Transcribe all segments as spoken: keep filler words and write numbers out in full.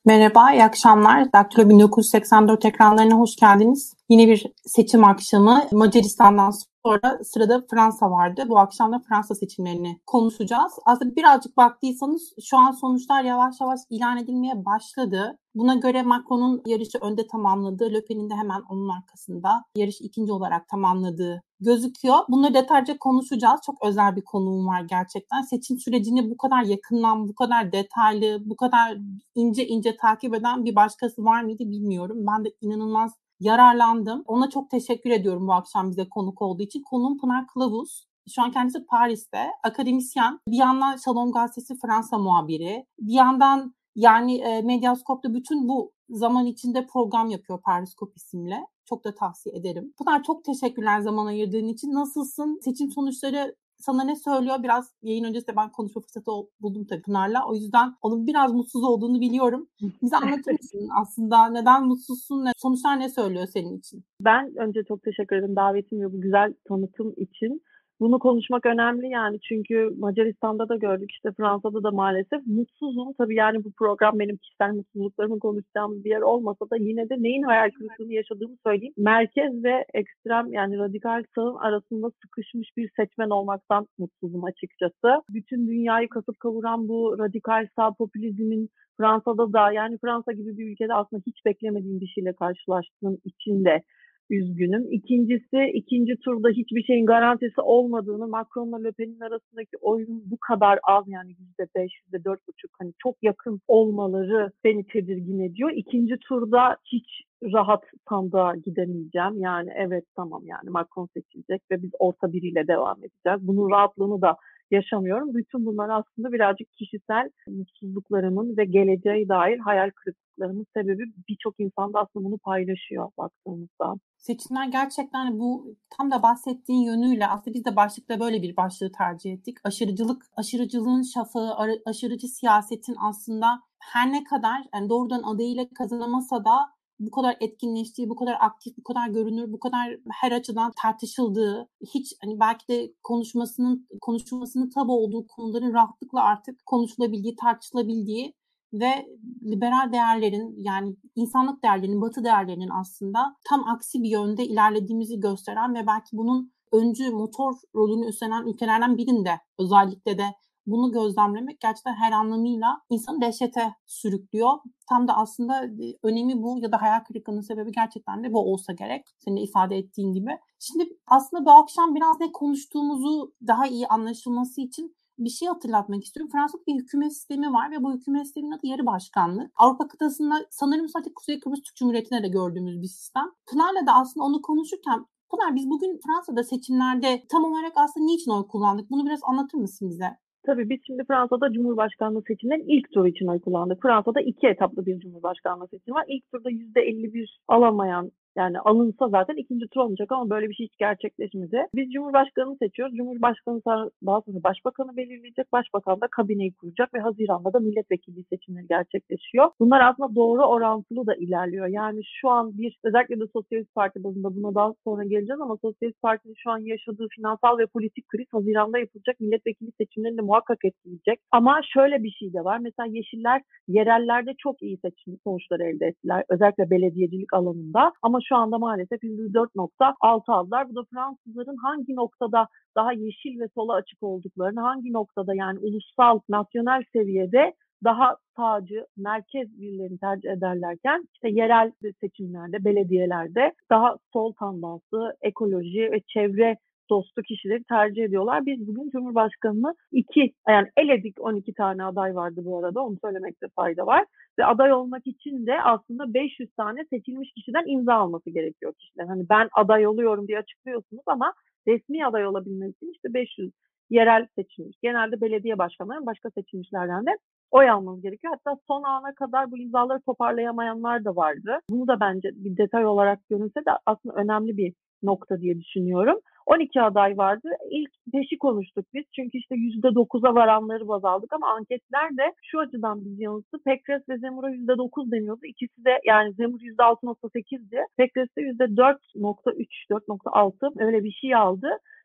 Merhaba, iyi akşamlar. Daktilo bin dokuz yüz seksen dört ekranlarına hoş geldiniz. Yine bir seçim akşamı. Macaristan'dan sonra sırada Fransa vardı. Bu akşam da Fransa seçimlerini konuşacağız. Aslında birazcık baktıysanız şu an sonuçlar yavaş yavaş ilan edilmeye başladı. Buna göre Macron'un yarışı önde tamamladığı, Le Pen'in de hemen onun arkasında yarışı ikinci olarak tamamladığı gözüküyor. Bunları detaylıca konuşacağız. Çok özel bir konuğum var gerçekten. Seçim sürecini bu kadar yakından, bu kadar detaylı, bu kadar ince ince takip eden bir başkası var mıydı bilmiyorum. Ben de inanılmaz yararlandım. Ona çok teşekkür ediyorum bu akşam bize konuk olduğu için. Konuğum Pınar Kılavuz. Şu an kendisi Paris'te. Akademisyen. Bir yandan Şalom Gazetesi Fransa muhabiri. Bir yandan yani e, Medyaskop'ta bütün bu zaman içinde program yapıyor Periskop isimle. Çok da tavsiye ederim. Pınar çok teşekkürler zaman ayırdığın için. Nasılsın? Seçim sonuçları sana ne söylüyor? Biraz yayın öncesi de ben konuşma fırsatı buldum tabii Pınar'la. O yüzden onun biraz mutsuz olduğunu biliyorum. Bize anlatır mısın aslında neden mutsuzsun? Sonuçlar ne söylüyor senin için? Ben önce çok teşekkür ederim davetim ve bu güzel tanıtım için. Bunu konuşmak önemli yani çünkü Macaristan'da da gördük işte Fransa'da da maalesef mutsuzum. Tabii yani bu program benim kişisel mutsuzluklarımı konuşacağım bir yer olmasa da yine de neyin hayal kırıklığını yaşadığımı söyleyeyim. Merkez ve ekstrem yani radikal sağın arasında sıkışmış bir seçmen olmaktan mutsuzum açıkçası. Bütün dünyayı kasıp kavuran bu radikal sağ popülizmin Fransa'da da yani Fransa gibi bir ülkede aslında hiç beklemediğim bir şeyle karşılaştığım için de üzgünüm. İkincisi, ikinci turda hiçbir şeyin garantisi olmadığını, Macron'la Le Pen'in arasındaki oyunun bu kadar az yani yüzde beş, yüzde dört buçuk hani çok yakın olmaları beni tedirgin ediyor. İkinci turda hiç rahat sandığa gidemeyeceğim. Yani evet tamam yani Macron seçilecek ve biz orta biriyle devam edeceğiz. Bunun rahatlığını da yaşamıyorum. Bütün bunlar aslında birazcık kişisel mutsuzluklarımın ve geleceğe dair hayal kırıklıklarımın sebebi. Birçok insan da aslında bunu paylaşıyor baktığımızda. Seçimler gerçekten bu tam da bahsettiğin yönüyle aslında biz de başlıkta böyle bir başlığı tercih ettik. Aşırıcılık, aşırıcılığın şafağı, aşırıcı siyasetin aslında her ne kadar yani doğrudan adayıyla kazanamasa da bu kadar etkinleştiği, bu kadar aktif, bu kadar görünür, bu kadar her açıdan tartışıldığı, hiç hani belki de konuşmasının konuşulmasının tabu olduğu konuların rahatlıkla artık konuşulabildiği, tartışılabildiği ve liberal değerlerin yani insanlık değerlerinin, batı değerlerinin aslında tam aksi bir yönde ilerlediğimizi gösteren ve belki bunun öncü motor rolünü üstlenen ülkelerden birinde özellikle de bunu gözlemlemek gerçekten her anlamıyla insanı dehşete sürüklüyor. Tam da aslında önemi bu ya da hayal kırıklığının sebebi gerçekten de bu olsa gerek. Senin de ifade ettiğin gibi. Şimdi aslında bu akşam biraz ne konuştuğumuzu daha iyi anlaşılması için bir şey hatırlatmak istiyorum. Fransa'da bir hükümet sistemi var ve bu hükümet sisteminin adı yarı başkanlık. Avrupa kıtasında sanırım sadece Kuzey Kıbrıs Türk Cumhuriyeti'nde de gördüğümüz bir sistem. Pınar'la da aslında onu konuşurken Pınar biz bugün Fransa'da seçimlerde tam olarak aslında niçin oy kullandık? Bunu biraz anlatır mısın bize? Tabii biz şimdi Fransa'da Cumhurbaşkanlığı seçimlerinin ilk turu için oy kullandık. Fransa'da iki etaplı bir Cumhurbaşkanlığı seçimi var. İlk turda yüzde elli bir alamayan yani alınsa zaten ikinci tur olmayacak ama böyle bir şey hiç gerçekleşmedi. Biz Cumhurbaşkanını seçiyoruz. Cumhurbaşkanı daha sonra başbakanı belirleyecek. Başbakan da kabineyi kuracak ve Haziran'da da milletvekili seçimleri gerçekleşiyor. Bunlar aslında doğru orantılı da ilerliyor. Yani şu an bir özellikle de Sosyalist Parti bazında buna daha sonra geleceğiz ama Sosyalist Parti'nin şu an yaşadığı finansal ve politik kriz Haziran'da yapılacak milletvekili seçimlerini de muhakkak etkileyecek. Ama şöyle bir şey de var. Mesela Yeşiller yerellerde çok iyi seçim sonuçları elde ettiler. Özellikle belediyecilik alanında. Ama şu anda maalesef yüzde dört nokta altı aldılar. Bu da Fransızların hangi noktada daha yeşil ve sola açık olduklarını, hangi noktada yani ulusal, nasyonel seviyede daha sağcı, merkez birilerini tercih ederlerken işte yerel seçimlerde, belediyelerde daha sol tandanslı, ekoloji ve çevre dostu kişileri tercih ediyorlar. Biz bugün Cumhurbaşkanı'nı iki, yani eledik on iki tane aday vardı bu arada, onu söylemekte fayda var. Ve aday olmak için de aslında beş yüz tane seçilmiş kişiden imza alması gerekiyor kişiler. Hani ben aday oluyorum diye açıklıyorsunuz ama resmi aday olabilmek için işte beş yüz yerel seçilmiş. Genelde belediye başkanları başka seçilmişlerden de oy almanız gerekiyor. Hatta son ana kadar bu imzaları toparlayamayanlar da vardı. Bunu da bence bir detay olarak görünse de aslında önemli bir nokta diye düşünüyorum. on iki aday vardı. İlk beşi konuştuk biz. Çünkü işte yüzde dokuza varanları baz aldık ama anketler de şu açıdan bizi yanılttı. Pécresse ve Zemmour'a yüzde dokuz deniyordu. İkisi de yani Zemmour yüzde altı nokta sekizdi. Pécresse de yüzde dört nokta üç, dört nokta altı öyle bir şey aldı.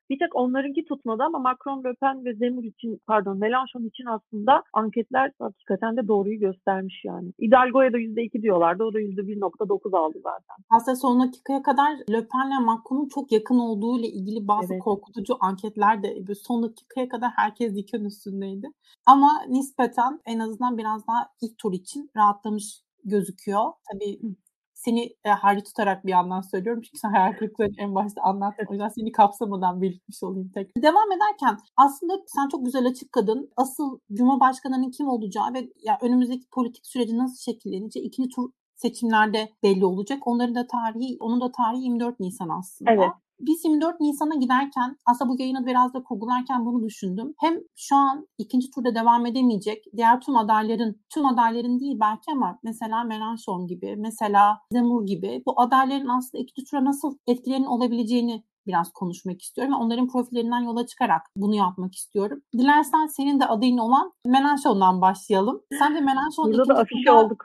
Bir tek onlarınki tutmadı ama Macron, Le Pen ve Zemmour için, pardon Mélenchon için aslında anketler hakikaten de doğruyu göstermiş yani. Hidalgo'ya da yüzde iki diyorlardı. O da yüzde bir nokta dokuz aldı zaten. Aslında son dakikaya kadar Le Pen'le Macron'un çok yakın olduğu ile ilgili bazı Evet. korkutucu anketler de son dakikaya kadar herkes diken üstündeydi. Ama nispeten en azından biraz daha ilk tur için rahatlamış gözüküyor. Tabii seni e, hariç tutarak bir yandan söylüyorum çünkü sen hayal kırıklarını en başta anlattın. O yüzden seni kapsamadan belirtmiş olayım tek. Devam ederken aslında sen çok güzel açıkladın. Asıl Cumhurbaşkanı'nın kim olacağı ve ya önümüzdeki politik süreci nasıl şekillenecek ikinci tur seçimlerde belli olacak. Onların da tarihi, onun da tarihi yirmi dört Nisan aslında. Evet. Biz yirmi dört Nisan'a giderken aslında bu yayını biraz da kurgularken bunu düşündüm. Hem şu an ikinci turda devam edemeyecek diğer tüm adayların, tüm adayların değil belki ama mesela Mélenchon gibi, mesela Zemmour gibi bu adayların aslında ikinci tura nasıl etkilerinin olabileceğini biraz konuşmak istiyorum ve onların profillerinden yola çıkarak bunu yapmak istiyorum. Dilersen senin de adayın olan Mélenchon'dan başlayalım. Sence Mélenchon Burada da afişe turda... olduk.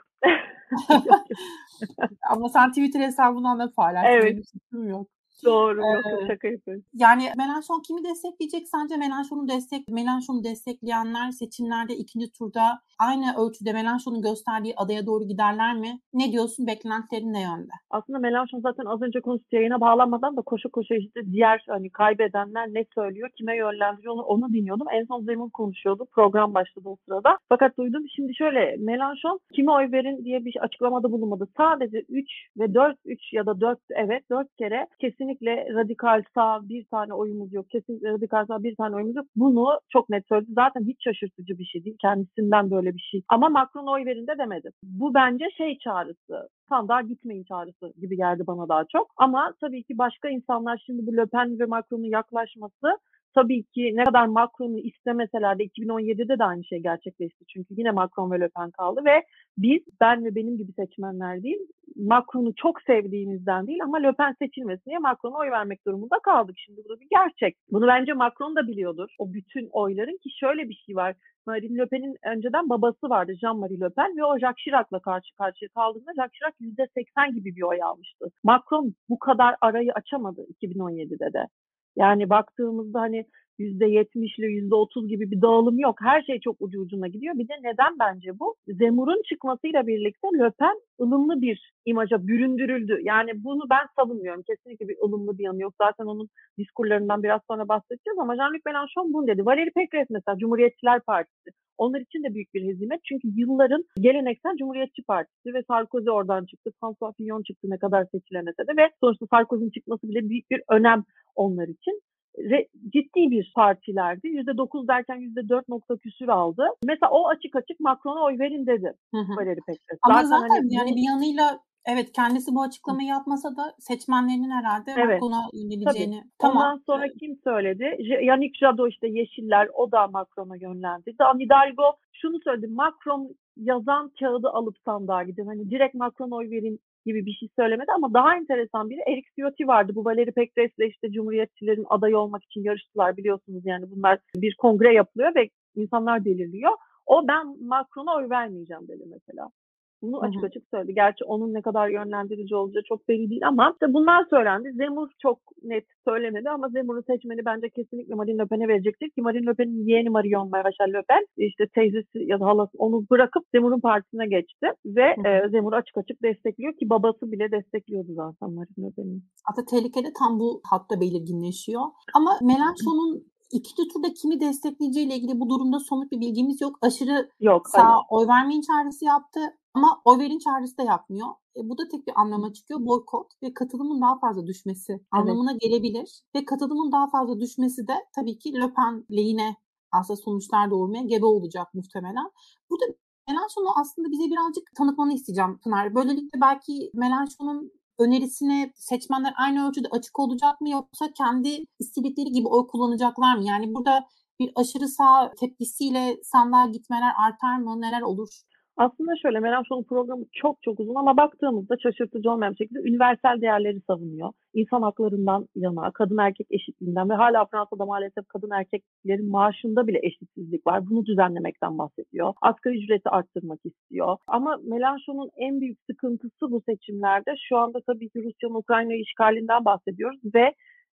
Ama sen Twitter hesabından da paylaştın. Evet. Benim fikrim yok. Doğru. Ee, yok yok şaka yapıyorum. Yani Mélenchon kimi destekleyecek? Sence Mélenchon'u destek, Mélenchon'u destekleyenler seçimlerde ikinci turda aynı ölçüde Mélenchon'un gösterdiği adaya doğru giderler mi? Ne diyorsun? Beklentilerin ne yönde? Aslında Mélenchon zaten az önce konuştuk, yayına bağlanmadan da koşa koşa işte diğer hani kaybedenler ne söylüyor, kime yönlendiriyor onu, onu dinliyordum. En son Zemmour konuşuyordu. Program başladı o sırada. Fakat duydum. Şimdi şöyle, Mélenchon kime oy verin diye bir açıklamada bulunmadı. Sadece üç ve dört, üç ya da dört, evet dört kere kesinlikle radikal sağ bir tane oyumuz yok. Kesinlikle radikal sağ bir tane oyumuz yok. Bunu çok net söyledi. Zaten hiç şaşırtıcı bir şey değil. Kendisinden böyle bir şey. Ama Macron oy verin de demedi. Bu bence şey çağrısı. Sandığa gitmeyin çağrısı gibi geldi bana daha çok. Ama tabii ki başka insanlar şimdi bu Le Pen ve Macron'un yaklaşması tabii ki ne kadar Macron'u istemeseler de iki bin on yedide de aynı şey gerçekleşti. Çünkü yine Macron ve Le Pen kaldı ve biz, ben ve benim gibi seçmenler değil, Macron'u çok sevdiğimizden değil ama Le Pen seçilmesin diye Macron'a oy vermek durumunda kaldık. Şimdi bu da bir gerçek. Bunu bence Macron da biliyordur. O bütün oyların, ki şöyle bir şey var. Marine Le Pen'in önceden babası vardı, Jean-Marie Le Pen, ve o Jacques Chirac'la karşı karşıya kaldığında Jacques Chirac yüzde seksen gibi bir oy almıştı. Macron bu kadar arayı açamadı iki bin on yedide de. Yani baktığımızda hani yüzde yetmiş ile yüzde otuz gibi bir dağılım yok. Her şey çok ucu ucuna gidiyor. Bir de neden bence bu? Zemmour'un çıkmasıyla birlikte Le Pen ılımlı bir imaja büründürüldü. Yani bunu ben savunmuyorum. Kesinlikle bir ılımlı bir yanı yok. Zaten onun diskurlarından biraz sonra bahsedeceğiz ama Jean-Luc Mélenchon bunu dedi. Valérie Pécresse mesela, Cumhuriyetçiler Partisi. Onlar için de büyük bir hezimet. Çünkü yılların geleneksel Cumhuriyetçi Partisi ve Sarkozy oradan çıktı. François Fillon çıktı ne kadar seçilemese de ve sonuçta Sarkozy'nin çıkması bile büyük bir önem onlar için. Re, ciddi bir partilerdi. yüzde dokuz derken yüzde dört nokta küsür aldı. Mesela o açık açık Macron'a oy verin dedi. Valérie Pécresse. Ama Zaten, zaten hani yani bu... bir yanıyla evet kendisi bu açıklamayı yapmasa da seçmenlerinin herhalde Evet. Macron'a yöneleceğini. Tabii. Tamam. Ondan sonra kim söyledi? Yannick Jadot, işte Yeşiller, o da Macron'a yönlendi. Anne Hidalgo şunu söyledi. Macron yazan kağıdı alıp sandığa gidin. Hani direkt Macron'a oy verin gibi bir şey söylemedi ama daha enteresan biri Eric Ciotti vardı. Bu Valérie Pécresse'le işte Cumhuriyetçilerin adayı olmak için yarıştılar, biliyorsunuz yani bunlar, bir kongre yapılıyor ve insanlar belirliyor. O, ben Macron'a oy vermeyeceğim dedi mesela. Bunu açık açık söyledi. Gerçi onun ne kadar yönlendirici olacağı çok belli değil ama işte bunlar söylendi. Zemmour çok net söylemedi ama Zemmour'un seçmeni bence kesinlikle Marine Le Pen'e verecektir ki Marine Le Pen'in yeğeni Marion Maréchal Le Pen, işte teyzesi ya da halası onu bırakıp Zemmour'un partisine geçti ve e, Zemmour'u açık açık destekliyor ki babası bile destekliyordu zaten Marine Le Pen'in. Aslında tehlikeli tam bu hatta belirginleşiyor. Ama Mélenchon'un ikinci turda kimi destekleyeceğiyle ilgili bu durumda somut bir bilgimiz yok. Aşırı yok, sağ hayır. oy vermeyin çağrısı yaptı ama oy verin çağrısı da yapmıyor. E, bu da tek bir anlama çıkıyor. Boykot ve katılımın daha fazla düşmesi evet. anlamına gelebilir. Ve katılımın daha fazla düşmesi de tabii ki Le Pen lehine aslında sonuçlar doğurmaya gebe olacak muhtemelen. Burada Mélenchon'u aslında bize birazcık tanıtmanı isteyeceğim Pınar. Böylelikle belki Mélenchon'un önerisine seçmenler aynı ölçüde açık olacak mı yoksa kendi istedikleri gibi oy kullanacaklar mı? Yani burada bir aşırı sağ tepkisiyle sandığa gitmeler artar mı? Neler olur? Aslında şöyle, Mélenchon'un programı çok çok uzun ama baktığımızda şaşırtıcı olmayan bir şekilde universal değerleri savunuyor. İnsan haklarından yana, kadın erkek eşitliğinden ve hala Fransa'da maalesef kadın erkeklerin maaşında bile eşitsizlik var. Bunu düzenlemekten bahsediyor. Asgari ücreti arttırmak istiyor. Ama Mélenchon'un en büyük sıkıntısı bu seçimlerde şu anda tabii ki Rusya'nın Ukrayna işgalinden bahsediyoruz ve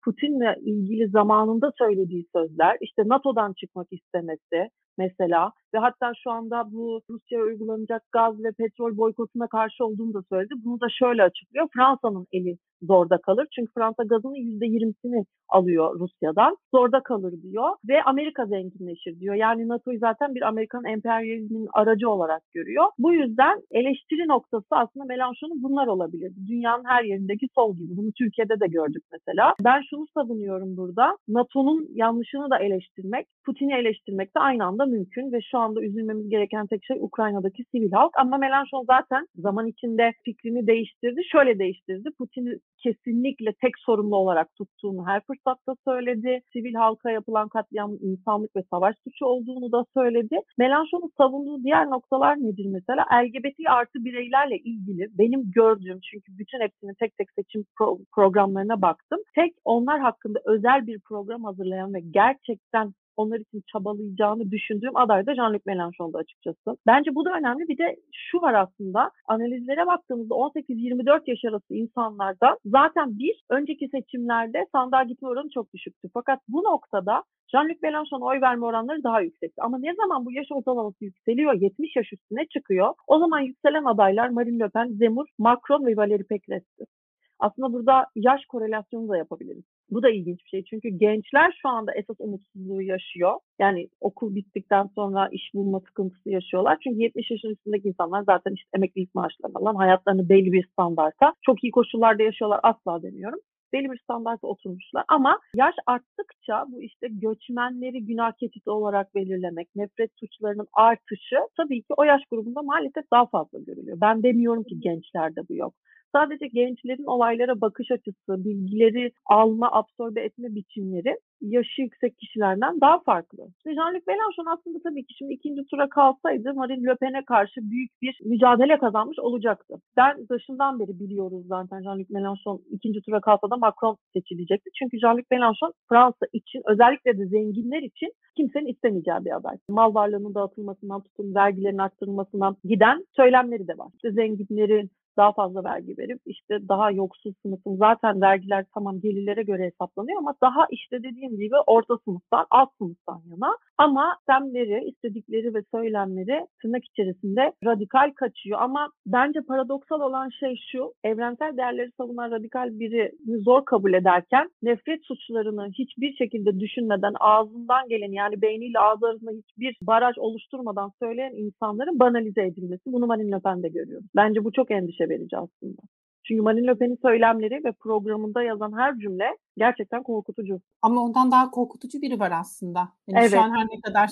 Putin'le ilgili zamanında söylediği sözler, işte NATO'dan çıkmak istemesi mesela ve hatta şu anda bu Rusya'ya uygulanacak gaz ve petrol boykotuna karşı olduğunu da söyledi. Bunu da şöyle açıklıyor: Fransa'nın eli zorda kalır. Çünkü Fransa gazının yüzde yirmisini alıyor Rusya'dan. Zorda kalır diyor ve Amerika zenginleşir diyor. Yani NATO'yu zaten bir Amerikan emperyalizminin aracı olarak görüyor. Bu yüzden eleştiri noktası aslında Mélenchon'un bunlar olabilir. Dünyanın her yerindeki sol gibi. Bunu Türkiye'de de gördük mesela. Ben şunu savunuyorum burada: NATO'nun yanlışını da eleştirmek, Putin'i eleştirmek de aynı anda mümkün ve şu anda üzülmemiz gereken tek şey Ukrayna'daki sivil halk. Ama Mélenchon zaten zaman içinde fikrini değiştirdi. Şöyle değiştirdi: Putin'i kesinlikle tek sorumlu olarak tuttuğunu her fırsatta söyledi. Sivil halka yapılan katliamın insanlık ve savaş suçu olduğunu da söyledi. Mélenchon'un savunduğu diğer noktalar nedir mesela? L G B T artı bireylerle ilgili benim gördüğüm, çünkü bütün hepsinin tek tek seçim pro- programlarına baktım. Tek onlar hakkında özel bir program hazırlayan ve gerçekten onlar için çabalayacağını düşündüğüm aday da Jean-Luc Mélenchon'da açıkçası. Bence bu da önemli. Bir de şu var aslında: analizlere baktığımızda on sekiz yirmi dört yaş arası insanlarda zaten bir önceki seçimlerde sandığa gitme oranı çok düşüktü. Fakat bu noktada Jean-Luc Mélenchon'a oy verme oranları daha yüksekti. Ama ne zaman bu yaş ortalaması yükseliyor, yetmiş yaş üstüne çıkıyor, o zaman yükselen adaylar Marine Le Pen, Zemmour, Macron ve Valérie Pécresse'ti. Aslında burada yaş korelasyonu da yapabiliriz. Bu da ilginç bir şey. Çünkü gençler şu anda esas umutsuzluğu yaşıyor. Yani okul bittikten sonra iş bulma sıkıntısı yaşıyorlar. Çünkü yetmiş yaşın üstündeki insanlar zaten işte emeklilik maaşlarını alan, hayatlarını belli bir standarta, çok iyi koşullarda yaşıyorlar asla demiyorum, belli bir standarta oturmuşlar. Ama yaş arttıkça bu işte göçmenleri günah keçisi olarak belirlemek, nefret suçlarının artışı tabii ki o yaş grubunda maalesef daha fazla görülüyor. Ben demiyorum ki gençlerde bu yok. Sadece gençlerin olaylara bakış açısı, bilgileri alma, absorbe etme biçimleri yaşı yüksek kişilerden daha farklı. İşte Jean-Luc Mélenchon aslında tabii ki şimdi ikinci tura kalsaydı Marine Le Pen'e karşı büyük bir mücadele kazanmış olacaktı. Ben başından beri biliyoruz zaten Jean-Luc Mélenchon ikinci tura kalsa da Macron seçilecekti. Çünkü Jean-Luc Mélenchon Fransa için, özellikle de zenginler için kimsenin istemeyeceği bir aday. Mal varlığının dağıtılmasından tutun vergilerin arttırılmasından giden söylemleri de var. İşte zenginlerin daha fazla vergi verip işte daha yoksul sınıfın, zaten vergiler tamam gelirlere göre hesaplanıyor ama daha işte dediğim gibi orta sınıftan, alt sınıftan yana, ama sistemleri, istedikleri ve söylemleri tırnak içerisinde radikal kaçıyor. Ama bence paradoksal olan şey şu: evrensel değerleri savunan radikal biri zor kabul ederken nefret suçlarını hiçbir şekilde düşünmeden ağzından gelen, yani beyniyle ağzı arasında hiçbir baraj oluşturmadan söyleyen insanların banalize edilmesi. Bunu Marine Le Pen'de görüyoruz. Bence bu çok endişe verici aslında. Çünkü Marine Le Pen'in söylemleri ve programında yazan her cümle gerçekten korkutucu. Ama ondan daha korkutucu biri var aslında. Yani evet. Şu an her ne kadar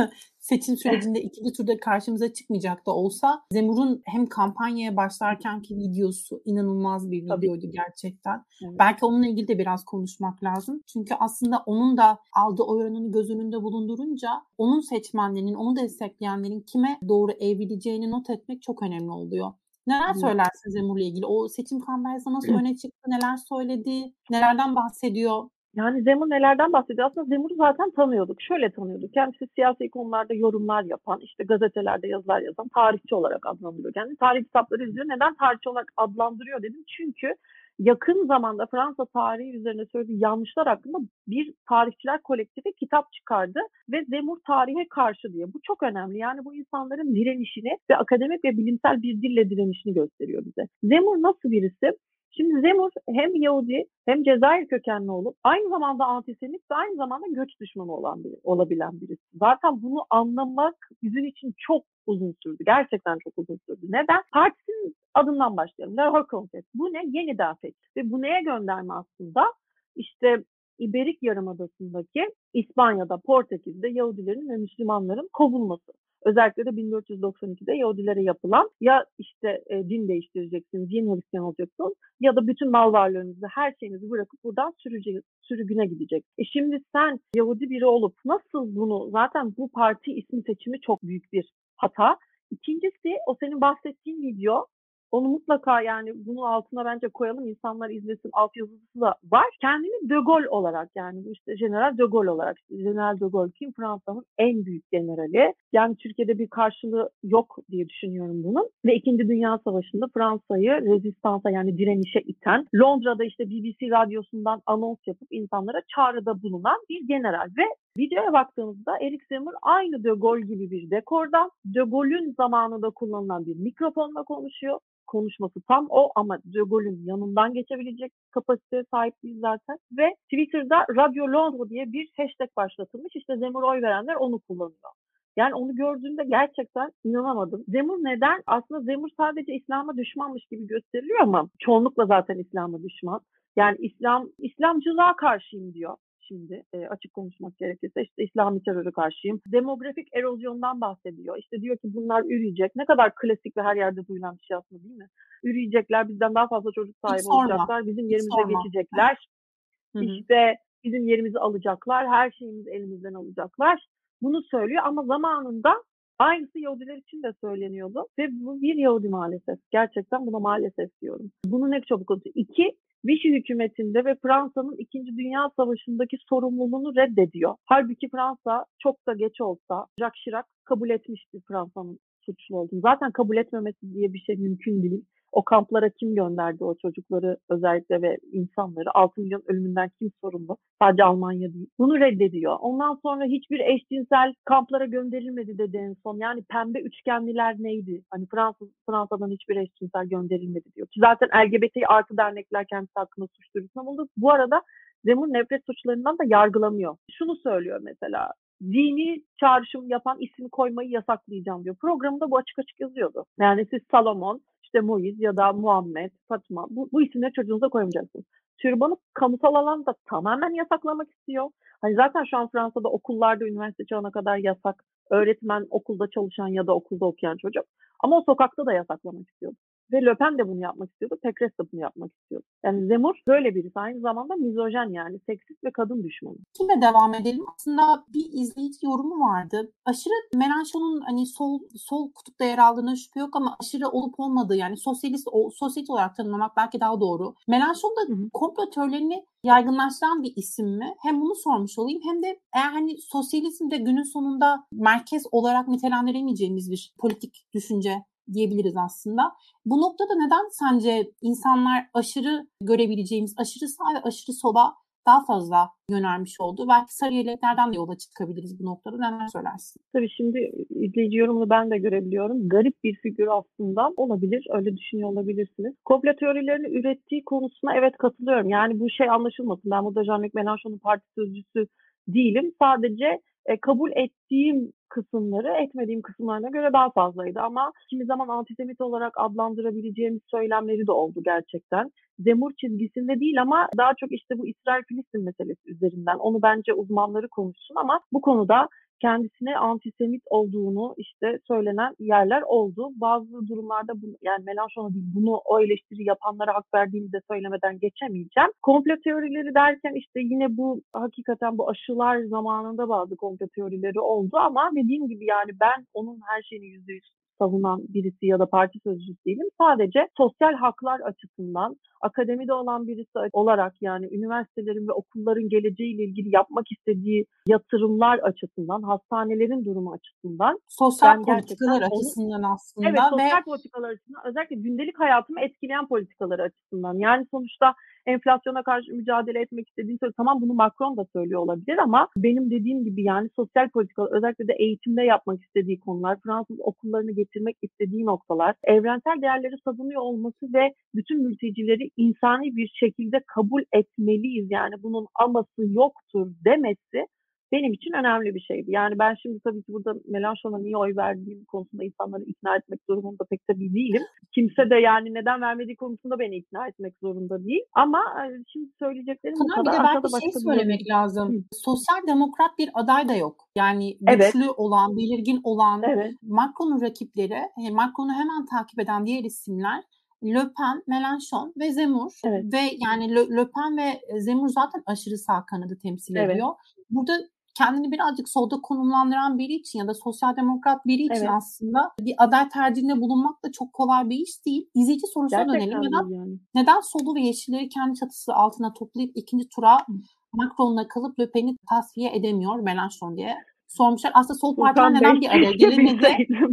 seçim sürecinde ikinci turda karşımıza çıkmayacak da olsa, Zemmour'un hem kampanyaya başlarkenki videosu inanılmaz bir videoydu Tabii. gerçekten. Evet. Belki onunla ilgili de biraz konuşmak lazım. Çünkü aslında onun da aldığı oy oranını göz önünde bulundurunca onun seçmenlerinin, onu destekleyenlerin kime doğru evrileceğini not etmek çok önemli oluyor. Neler söylersin Zemmour'la ilgili? O seçim kampanyasında nasıl öne çıktı? Neler söyledi? Nelerden bahsediyor? Yani Zemmour nelerden bahsediyor? Aslında Zemmour'u zaten tanıyorduk. Şöyle tanıyorduk. Kendisi siyasi konularda yorumlar yapan, işte gazetelerde yazılar yazan, tarihçi olarak adlandırıyor. Yani tarih kitapları izliyor. Neden tarihçi olarak adlandırıyor dedim. Çünkü yakın zamanda Fransa tarihi üzerine söylediği yanlışlar hakkında bir tarihçiler kolektifi kitap çıkardı ve Zemmour tarihe karşı diye. Bu çok önemli. Yani bu insanların direnişini ve akademik ve bilimsel bir dille direnişini gösteriyor bize. Zemmour nasıl birisi? Şimdi Zemmour hem Yahudi hem Cezayir kökenli olup aynı zamanda antisemit ve aynı zamanda göç düşmanı olan biri, olabilen birisi. Zaten bunu anlamak bizim için çok uzun sürdü. Gerçekten çok uzun sürdü. Neden? Partisinin adından başlayalım. Le Reconquête. Bu ne? Yeniden fethi. Ve bu neye gönderme aslında? İşte İberik Yarımadası'ndaki İspanya'da, Portekiz'de Yahudilerin ve Müslümanların kovulması. Özellikle de bin dört yüz doksan ikide Yahudilere yapılan, ya işte e, din değiştireceksiniz, yeni Hristiyan olacaksınız ya da bütün mal varlığınızı, her şeyinizi bırakıp buradan sürücü, sürgüne gidecek. E şimdi sen Yahudi biri olup nasıl bunu, zaten bu parti ismi seçimi çok büyük bir hata. İkincisi, o senin bahsettiğin video Onu mutlaka yani bunun altına bence koyalım. İnsanlar izlesin. Altyazısı da var. Kendini De Gaulle olarak yani bu işte General De Gaulle olarak. İşte General De Gaulle kim? Fransa'nın en büyük generali. Yani Türkiye'de bir karşılığı yok diye düşünüyorum bunun. Ve İkinci Dünya Savaşı'nda Fransa'yı rezistansa yani direnişe iten, Londra'da işte B B C radyosundan anons yapıp insanlara çağrıda bulunan bir general. Ve videoya baktığımızda Eric Zemmour aynı De Gaulle gibi bir dekorda, De Gaulle'ün zamanında kullanılan bir mikrofonla konuşuyor. Konuşması tam o ama De Gaulle'ün yanından geçebilecek kapasiteye sahip değil zaten. Ve Twitter'da Radio Londres diye bir hashtag başlatılmış. İşte Zemmour'a oy verenler onu kullanıyor. Yani onu gördüğümde gerçekten inanamadım. Zemmour neden? Aslında Zemmour sadece İslam'a düşmanmış gibi gösteriliyor ama çoğunlukla zaten İslam'a düşman. Yani İslam İslamcılığa karşıyım diyor. Şimdi e, açık konuşmak gerekirse işte İslami terörü karşıyım. Demografik erozyondan bahsediyor. İşte diyor ki bunlar üreyecek. Ne kadar klasik ve her yerde duyulan bir şey aslında değil mi? Üreyecekler, bizden daha fazla çocuk sahibi olacaklar, bizim Hiç yerimize sorma. geçecekler. Hı hı. İşte bizim yerimizi alacaklar, her şeyimizi elimizden alacaklar. Bunu söylüyor ama zamanında aynısı Yahudiler için de söyleniyordu. Ve bu bir Yahudi maalesef. Gerçekten buna maalesef diyorum. Bunu ne çabuk konuşuyor. İki, Vichy hükümetinde ve Fransa'nın İkinci Dünya Savaşı'ndaki sorumluluğunu reddediyor. Halbuki Fransa çok da geç olsa Jacques Chirac kabul etmişti Fransa'nın suçlu olduğunu. Zaten kabul etmemesi diye bir şey mümkün değil. O kamplara kim gönderdi o çocukları özellikle ve insanları? altı milyon ölümünden kim sorumlu? Sadece Almanya değil. Bunu reddediyor. Ondan sonra hiçbir eşcinsel kamplara gönderilmedi dedi en son. Yani pembe üçgenliler neydi? Hani Fransa, Fransa'dan hiçbir eşcinsel gönderilmedi diyor. Ki zaten L G B T artı dernekler kendisi hakkında suç duyurusunda bulundu. Bu arada Zemmour nefret suçlarından da yargılanıyor. Şunu söylüyor mesela. Dini çağrışım yapan isim koymayı yasaklayacağım diyor. Programında bu açık açık yazıyordu. Yani siz Salomon, işte Moiz ya da Muhammed, Fatma bu, bu isimleri çocuğunuza koymayacaksınız. Türbanı kamusal alanda tamamen yasaklamak istiyor. Hani zaten şu an Fransa'da okullarda üniversite çağına kadar yasak. Öğretmen okulda çalışan ya da okulda okuyan çocuk. Ama o sokakta da yasaklamak istiyordu. Ve Le Pen de bunu yapmak istiyordu. Pécresse de bunu yapmak istiyordu. Yani Zemmour böyle birisi. Aynı zamanda mizojen yani. Seksist ve kadın düşmanı. Şimdi devam edelim. Aslında bir izleyici yorumu vardı. Aşırı Mélenchon'un hani sol sol kutupta yer aldığına şüphe yok ama aşırı olup olmadığı yani sosyalist o, sosyalist olarak tanımlamak belki daha doğru. Mélenchon da komplo teorilerini yaygınlaştıran bir isim mi? Hem bunu sormuş olayım hem de eğer hani sosyalizm de günün sonunda merkez olarak nitelendiremeyeceğimiz bir politik düşünce diyebiliriz aslında. Bu noktada neden sence insanlar aşırı görebileceğimiz aşırı sağ ve aşırı sola daha fazla yönelmiş oldu? Belki sarı yeleklerden de yola çıkabiliriz bu noktada. Neler söylersin? Tabii şimdi izleyici yorumunu ben de görebiliyorum. Garip bir figür aslında olabilir. Öyle düşünüyor olabilirsiniz. Komplo teorilerini ürettiği konusuna evet katılıyorum. Yani bu şey anlaşılmasın. Ben burada Jean-Luc Mélenchon'un parti sözcüsü değilim. Sadece e, kabul ettiğim kısımları etmediğim kısımlarına göre daha fazlaydı. Ama kimi zaman antisemit olarak adlandırabileceğimiz söylemleri de oldu gerçekten. Zemmour çizgisinde değil ama daha çok işte bu İsrail-Filistin meselesi üzerinden. Onu bence uzmanları konuşsun ama bu konuda kendisine antisemit olduğunu işte söylenen yerler oldu. Bazı durumlarda bunu, yani Mélenchon'a değil bunu o eleştiri yapanlara hak verdiğini de söylemeden geçemeyeceğim. Komplo teorileri derken işte yine bu hakikaten bu aşılar zamanında bazı komplo teorileri oldu ama dediğim gibi yani ben onun her şeyini yüzde yüz savunan birisi ya da parti sözcüsü değilim. Sadece sosyal haklar açısından akademide olan birisi olarak yani üniversitelerin ve okulların geleceğiyle ilgili yapmak istediği yatırımlar açısından, hastanelerin durumu açısından sosyal yani politikalar onu, açısından aslında evet sosyal ve politikalar açısından özellikle gündelik hayatımı etkileyen politikaları açısından yani sonuçta enflasyona karşı mücadele etmek istediğini söylüyor. Tamam bunu Macron da söylüyor olabilir ama benim dediğim gibi yani sosyal politikalar özellikle de eğitimde yapmak istediği konular, Fransız okullarını getirmek istediği noktalar, evrensel değerleri savunuyor olması ve bütün mültecileri insani bir şekilde kabul etmeliyiz. Yani bunun aması yoktur demesi benim için önemli bir şeydi. Yani ben şimdi tabii ki burada Mélenchon'a niye oy verdiğim konusunda insanları ikna etmek durumunda pek tabii değilim. Kimse de yani neden vermediği konusunda beni ikna etmek zorunda değil. Ama şimdi söyleyeceklerim bu kadar. Bir de Aşağıda belki başka şey söylemek bir... lazım. Hı. Sosyal demokrat bir aday da yok. Yani Evet. güçlü olan, belirgin olan Evet. Macron'un rakipleri, Macron'u hemen takip eden diğer isimler Le Pen, Mélenchon ve Zemmour. Evet. Ve yani Le, Le Pen ve Zemmour zaten aşırı sağ kanadı temsil ediyor. Evet. Burada kendini birazcık solda konumlandıran biri için ya da sosyal demokrat biri için Evet. aslında bir aday tercihinde bulunmak da çok kolay bir iş değil. İzleyici sorusuna dönelim. Gerçekten Neden, değil yani. neden solu ve yeşilleri kendi çatısı altına toplayıp ikinci tura Macron'la kalıp Le Pen'i tasfiye edemiyor Mélenchon diye sormuşlar. Aslında sol partiler Furkan Bey, neden bir araya keşke gelemedi? bilseydim.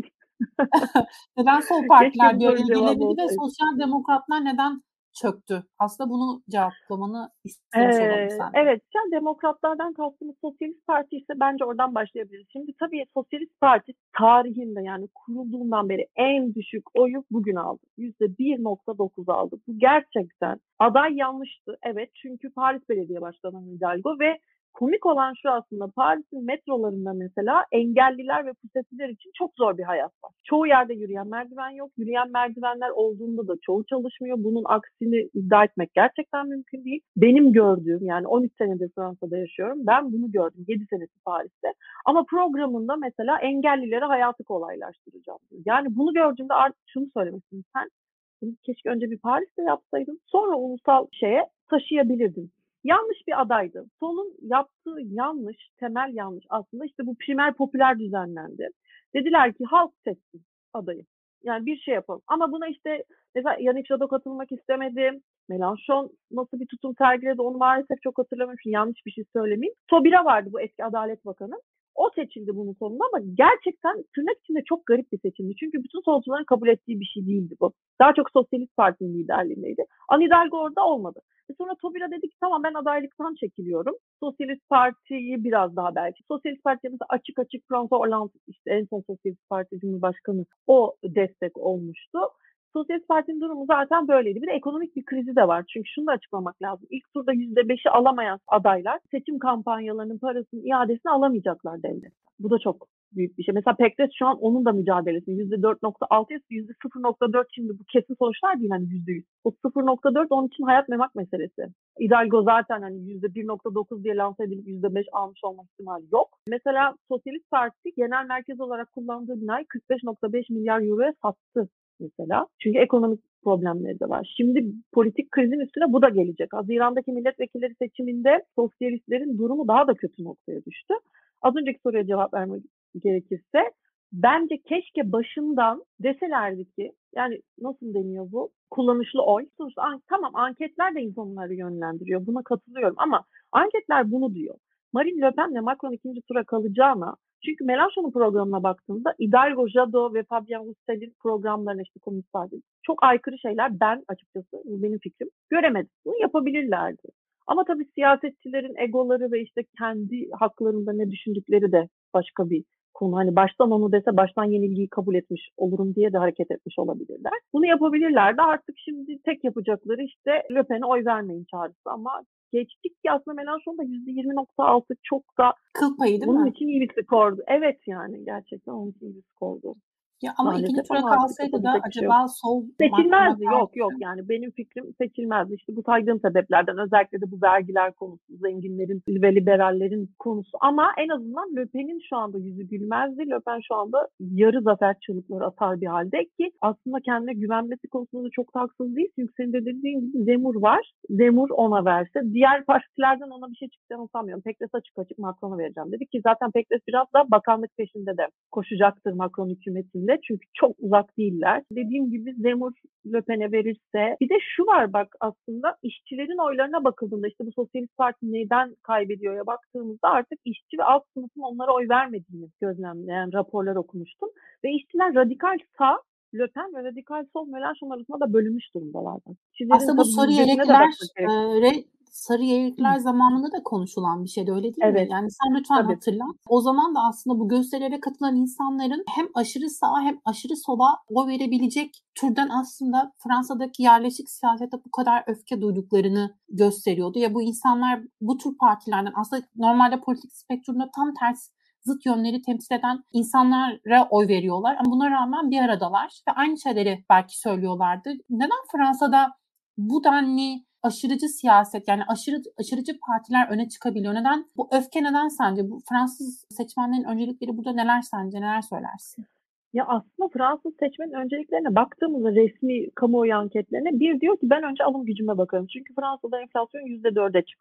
Neden sol Keşke partiler bu bir araya sorunun cevabı gelemedi ve olsaydı. sosyal demokratlar neden çöktü? Aslında bunu cevaplamanı istemiş olalım Ee, senden. evet, yani demokratlardan kastımız Sosyalist Parti ise bence oradan başlayabiliriz. Şimdi tabii Sosyalist Parti tarihinde yani kurulduğundan beri en düşük oyu bugün aldı. yüzde bir nokta dokuz aldı. Bu gerçekten aday yanlıştı. Evet, çünkü Paris Belediye Başkanı Hidalgo ve komik olan şu aslında Paris'in metrolarında mesela engelliler ve pusetiler için çok zor bir hayat var. Çoğu yerde yürüyen merdiven yok. Yürüyen merdivenler olduğunda da çoğu çalışmıyor. Bunun aksini iddia etmek gerçekten mümkün değil. Benim gördüğüm yani on üç senedir Fransa'da yaşıyorum. Ben bunu gördüm. yedi senesi Paris'te. Ama programında mesela engellilere hayatı kolaylaştıracağım diyor. Yani bunu gördüğümde artık şunu söylemişsin sen. Keşke önce bir Paris'te yapsaydın. Sonra ulusal şeye taşıyabilirdin. Yanlış bir adaydı. Sol'un yaptığı yanlış, temel yanlış aslında işte bu primer popüler düzenlendi. Dediler ki halk seçsin adayı. Yani bir şey yapalım. Ama buna işte mesela Yannick Jadot katılmak istemedi. Mélenchon nasıl bir tutum sergiledi onu maalesef çok hatırlamıyorum. Yanlış bir şey söylemeyeyim. Taubira vardı bu eski Adalet Bakanı. O seçildi bunun sonunda ama gerçekten tırnak içinde çok garip bir seçimdi. Çünkü bütün solcuların kabul ettiği bir şey değildi bu. Daha çok Sosyalist Parti'nin liderliğindeydi. Anne Hidalgo orada olmadı. E sonra Taubira dedi ki tamam ben adaylıktan çekiliyorum. Sosyalist Parti'yi biraz daha belki. Sosyalist Parti'ye mesela açık açık François Hollande işte en son Sosyalist Parti Cumhurbaşkanı o destek olmuştu. Sosyalist Parti'nin durumu zaten böyleydi. Bir de ekonomik bir krizi de var. Çünkü şunu da açıklamak lazım. İlk turda yüzde beşi alamayan adaylar seçim kampanyalarının parasının iadesini alamayacaklar devletten. Bu da çok büyük bir şey. Mesela Pekres şu an onun da mücadelesi. yüzde dört nokta altı, yüzde sıfır nokta dört şimdi bu kesin sonuçlar değil hani yüzde yüz. O sıfır nokta dört onun için hayat memak meselesi. Hidalgo zaten hani yüzde bir nokta dokuz diye lanse edilip yüzde beş almış olma ihtimali yok. Mesela Sosyalist Parti genel merkez olarak kullandığı binayı kırk beş nokta beş milyar euroya sattı mesela. Çünkü ekonomik problemleri de var. Şimdi politik krizin üstüne bu da gelecek. Haziran'daki milletvekilleri seçiminde sosyalistlerin durumu daha da kötü noktaya düştü. Az önceki soruya cevap vermek gerekirse bence keşke başından deselerdi ki yani nasıl deniyor bu? Kullanışlı oy. Sonuçta an- tamam anketler de insanları yönlendiriyor. Buna katılıyorum ama anketler bunu diyor. Marine Le Pen ve Macron ikinci tura kalacağına çünkü Mélenchon'un programına baktığımda Hidalgo, Jadot ve Fabien Roussel'in programlarına işte Komünist Parti çok aykırı şeyler ben açıkçası bu benim fikrim göremedim. Bunu yapabilirlerdi. Ama tabii siyasetçilerin egoları ve işte kendi haklarında ne düşündükleri de başka bir konu. Hani baştan onu dese baştan yenilgiyi kabul etmiş olurum diye de hareket etmiş olabilirler. Bunu yapabilirlerdi. Artık şimdi tek yapacakları işte Le Pen'e oy vermeyin çağrısı ama geçtik ki aslında Mélenchon da yüzde yirmi nokta altı çok da Kıl payı değil onun mi? için iyi bir skordu. Evet yani gerçekten onun için iyi bir skordu. Ya ama ikinci Maalesef tura ama artık kalsaydı da yapabilecek bir şey yok. acaba sol Macron'a Seçilmezdi. Yok yok karşı yani benim fikrim seçilmezdi. İşte bu saydığım sebeplerden özellikle de bu vergiler konusu, zenginlerin ve liberallerin konusu. Ama en azından Le Pen'in şu anda yüzü gülmezdi. Le Pen şu anda yarı zafer çığlıkları atar bir halde ki aslında kendine güvenmesi konusunda çok da haksız değil. Çünkü senin de dediğin gibi Zemmour var. Zemmour ona verse. Diğer partilerden ona bir şey çıkacağını sanmıyorum. Pekres açık açık Macron'a vereceğim dedi ki zaten Pekres biraz da bakanlık peşinde de koşacaktır Macron hükümetinde. Çünkü çok uzak değiller. Dediğim gibi Zemmour Le Pen'e verirse bir de şu var bak aslında işçilerin oylarına bakıldığında işte bu Sosyalist Parti neden kaybediyor'ya baktığımızda artık işçi ve alt sınıfın onlara oy vermediğini gözlemleyen raporlar okumuştum. Ve işçiler radikal sağ Le Pen ve radikal sol Mélenchon arasında da bölünmüş durumdalar. İşçilerin aslında bu tabii sarı yüzdesine de yelekler bakmak e, gerekiyor. re, sarı yelekler zamanında da konuşulan bir şeydi öyle değil mi? Evet, Yani sen lütfen tabii. hatırlat. O zaman da aslında bu gösterilere katılan insanların hem aşırı sağa hem aşırı sola oy verebilecek türden aslında Fransa'daki yerleşik siyasete bu kadar öfke duyduklarını gösteriyordu. Ya bu insanlar bu tür partilerden aslında normalde politik spektrumda tam tersi zıt yönleri temsil eden insanlara oy veriyorlar. Ama buna rağmen bir aradalar ve aynı şeyleri belki söylüyorlardı. Neden Fransa'da bu denli aşırıcı siyaset yani aşırı aşırıcı partiler öne çıkabiliyor? Neden? Bu öfke neden sence? Bu Fransız seçmenlerin öncelikleri burada neler sence? Neler söylersin? Ya aslında Fransız seçmenin önceliklerine baktığımızda resmi kamuoyu anketlerine bir diyor ki ben önce alım gücüme bakarım. Çünkü Fransa'da enflasyon yüzde dörde çıktı.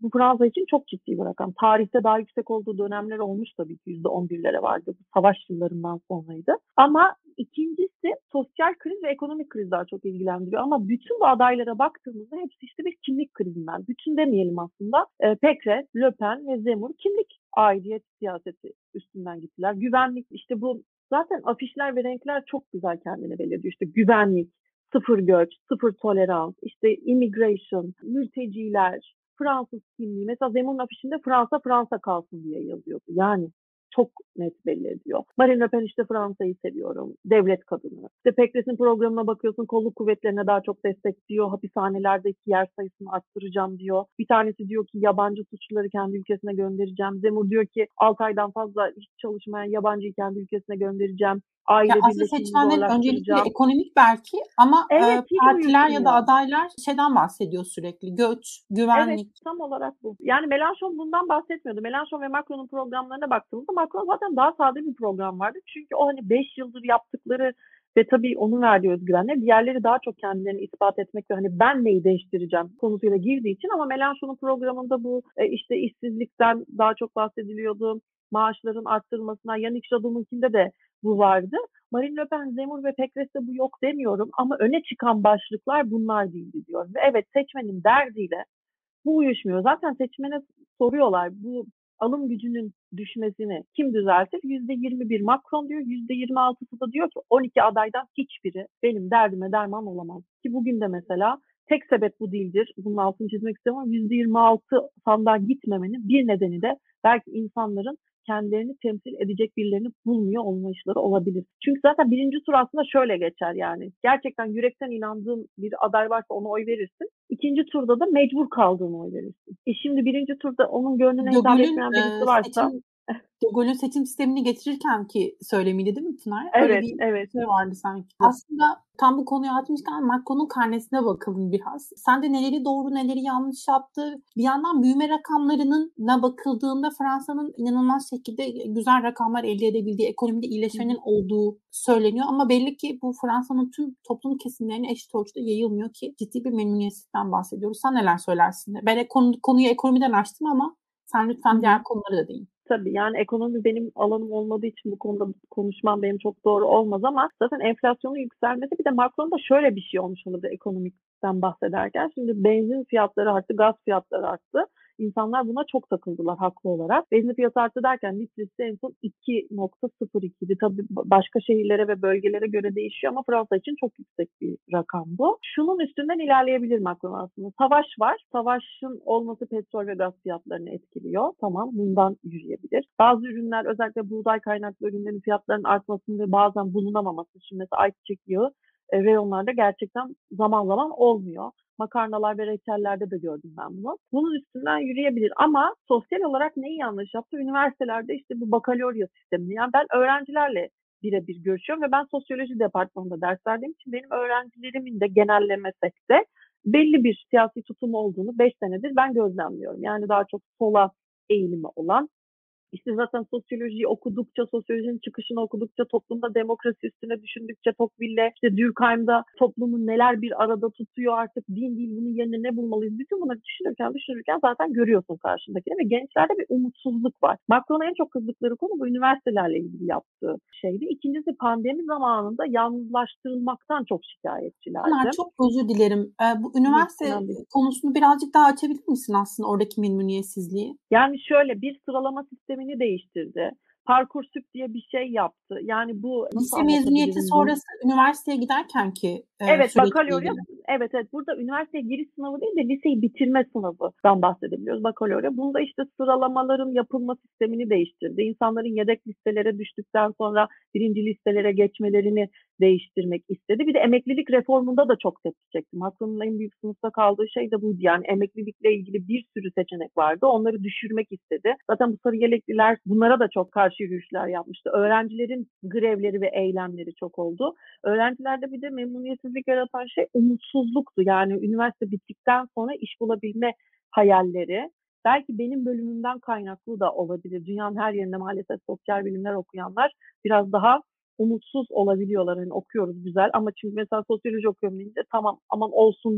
Bu Fransa için çok ciddi bir rakam. Tarihte daha yüksek olduğu dönemler olmuş tabii ki, yüzde on birlere vardı. Bu savaş yıllarından sonraydı. Ama ikincisi sosyal kriz ve ekonomik kriz daha çok ilgilendiriyor. Ama bütün bu adaylara baktığımızda hepsi işte bir kimlik krizinden. Bütün demeyelim aslında. E, Pécresse, Le Pen ve Zemmour kimlik aidiyet siyaseti üstünden gittiler. Güvenlik, işte bu zaten afişler ve renkler çok güzel kendini belirliyor. İşte güvenlik, sıfır göç, sıfır tolerans, işte immigration, mülteciler, Fransız kimliği. Mesela Zemmour'un afişinde Fransa Fransa kalsın diye yazıyordu. Yani çok net belli ediyor. Marine Le Pen işte Fransa'yı seviyorum, devlet kadını. İşte Pécresse'in programına bakıyorsun, kolluk kuvvetlerine daha çok destek diyor, hapishanelerdeki yer sayısını arttıracağım diyor. Bir tanesi diyor ki yabancı suçluları kendi ülkesine göndereceğim. Zemmour diyor ki altı aydan fazla hiç çalışmayan yabancıyı kendi ülkesine göndereceğim. Ya Aile aslında birleşimini seçmenlerin öncelikleri zorlaştıracağım. ekonomik belki ama e, Evet, hiç partiler ya da uyuşmuyor. adaylar şeyden bahsediyor sürekli. Göç, Evet, güvenlik. tam olarak bu. Yani Mélenchon bundan bahsetmiyordu. Mélenchon ve Macron'un programlarına baktığımızda Macron zaten daha sade bir program vardı. Çünkü o hani beş yıldır yaptıkları ve tabii onun verdiği özgüvenle diğerleri daha çok kendilerini ispat etmek ve hani ben neyi değiştireceğim konusuyla girdiği için, ama Mélenchon'un programında bu e, işte işsizlikten daha çok bahsediliyordu. Maaşların arttırılmasından, Yannick Jadot'unkinde de bu vardı. Marine Le Pen, Zemmour ve Pécresse'de bu yok demiyorum ama öne çıkan başlıklar bunlar değildi diyorum. Ve evet, seçmenin derdiyle bu uyuşmuyor. Zaten seçmene soruyorlar bu alım gücünün düşmesini kim düzeltir? yüzde yirmi bir Macron diyor, yüzde yirmi altısı da diyor ki on iki adaydan hiçbiri benim derdime derman olamaz. Ki bugün de mesela tek sebep bu değildir. Bunun altını çizmek istiyorum ama yüzde yirmi altı sandığa gitmemenin bir nedeni de belki insanların kendilerini temsil edecek birilerini bulmuyor olmayışları olabilir. Çünkü zaten birinci tur aslında şöyle geçer yani. Gerçekten yürekten inandığın bir aday varsa ona oy verirsin. İkinci turda da mecbur kaldığına oy verirsin. E şimdi birinci turda onun gönlüne De hitap Gaulle'ün etmeyen birisi e, varsa seçim De Gaulle'ün seçim sistemini getirirken ki söylemiydi değil mi Pınar? Öyle evet, bir evet. şey vardı sanki. Aslında tam bu konuyu açmışken Macron'un karnesine bakalım biraz. Sen de neleri doğru neleri yanlış yaptı. Bir yandan büyüme rakamlarının ne bakıldığında Fransa'nın inanılmaz şekilde güzel rakamlar elde edebildiği, ekonomide iyileşmenin olduğu söyleniyor. Ama belli ki bu Fransa'nın tüm toplum kesimlerine eşit ölçüde yayılmıyor ki ciddi bir memnuniyetsizlikten bahsediyoruz. Sen neler söylersin? Ben konu, konuyu ekonomiden açtım ama sen lütfen diğer konuları da değin. Tabii yani ekonomi benim alanım olmadığı için bu konuda konuşmam benim çok doğru olmaz ama zaten enflasyonun yükselmesi, bir de Macron'da şöyle bir şey olmuş olabilir ekonomikten bahsederken. Şimdi benzin fiyatları arttı, gaz fiyatları arttı. İnsanlar buna çok takıldılar haklı olarak. Benzin fiyatı arttı derken litresi en son iki nokta sıfır ikiydi. Tabii başka şehirlere ve bölgelere göre değişiyor ama Fransa için çok yüksek bir rakam bu. Şunun üstünden ilerleyebilir Macron aslında. Savaş var. Savaşın olması petrol ve gaz fiyatlarını etkiliyor. Tamam, bundan yürüyebilir. Bazı ürünler, özellikle buğday kaynaklı ürünlerin fiyatlarının artmasını ve bazen bulunamaması. Şimdi mesela ayçiçek yağı e, reyonlarda gerçekten zaman zaman olmuyor. Makarnalar ve reçellerde de gördüm ben bunu. Bunun üstünden yürüyebilir ama sosyal olarak neyi yanlış yaptı? Üniversitelerde işte bu bakalorya sistemi. Yani ben öğrencilerle birebir görüşüyorum ve ben sosyoloji departmanında ders verdiğim için benim öğrencilerimin de genellemesek de belli bir siyasi tutum olduğunu beş senedir ben gözlemliyorum. Yani daha çok sola eğilimi olan, işte zaten sosyolojiyi okudukça, sosyolojinin çıkışını okudukça, toplumda demokrasi üstüne düşündükçe, Tocqueville'le, işte Durkheim'da toplumu neler bir arada tutuyor, artık din değil bunun yerine ne bulmalıyız? Bütün bunları düşünürken düşünürken zaten görüyorsun karşındakini ve gençlerde bir umutsuzluk var. Macron'a en çok kızdıkları konu bu üniversitelerle ilgili yaptığı şeydi. İkincisi, pandemi zamanında yalnızlaştırılmaktan çok Pınar, şikayetçilerdi. çok özür dilerim. Ee, bu Hı, üniversite önemli. konusunu birazcık daha açabilir misin aslında oradaki memnuniyetsizliği? Yani şöyle bir sıralama sistemini değiştirdi. Parcoursup diye bir şey yaptı. Yani bu nasıl Lise mezuniyeti anlatabilirim bunu? sonrası üniversiteye giderken ki e, Evet, süreçle bakalorya, ilgili. evet evet, burada üniversiteye giriş sınavı değil de liseyi bitirme sınavından bahsedebiliyoruz, bakalorya. Bunda işte sıralamaların yapılma sistemini değiştirdi. İnsanların yedek listelere düştükten sonra birinci listelere geçmelerini değiştirmek istedi. Bir de emeklilik reformunda da çok tepki çekti. Macron'un en büyük sınıfta kaldığı şey de buydu. Yani emeklilikle ilgili bir sürü seçenek vardı. Onları düşürmek istedi. Zaten bu sarı yelekliler bunlara da çok karşı yürüyüşler yapmıştı. Öğrencilerin grevleri ve eylemleri çok oldu. Öğrencilerde bir de memnuniyetsizlik yaratan şey umutsuzluktu. Yani üniversite bittikten sonra iş bulabilme hayalleri. Belki benim bölümümden kaynaklı da olabilir. Dünyanın her yerinde maalesef sosyal bilimler okuyanlar biraz daha umutsuz olabiliyorlar. Hani okuyoruz güzel ama çünkü mesela sosyoloji okuyorum deyince tamam aman olsun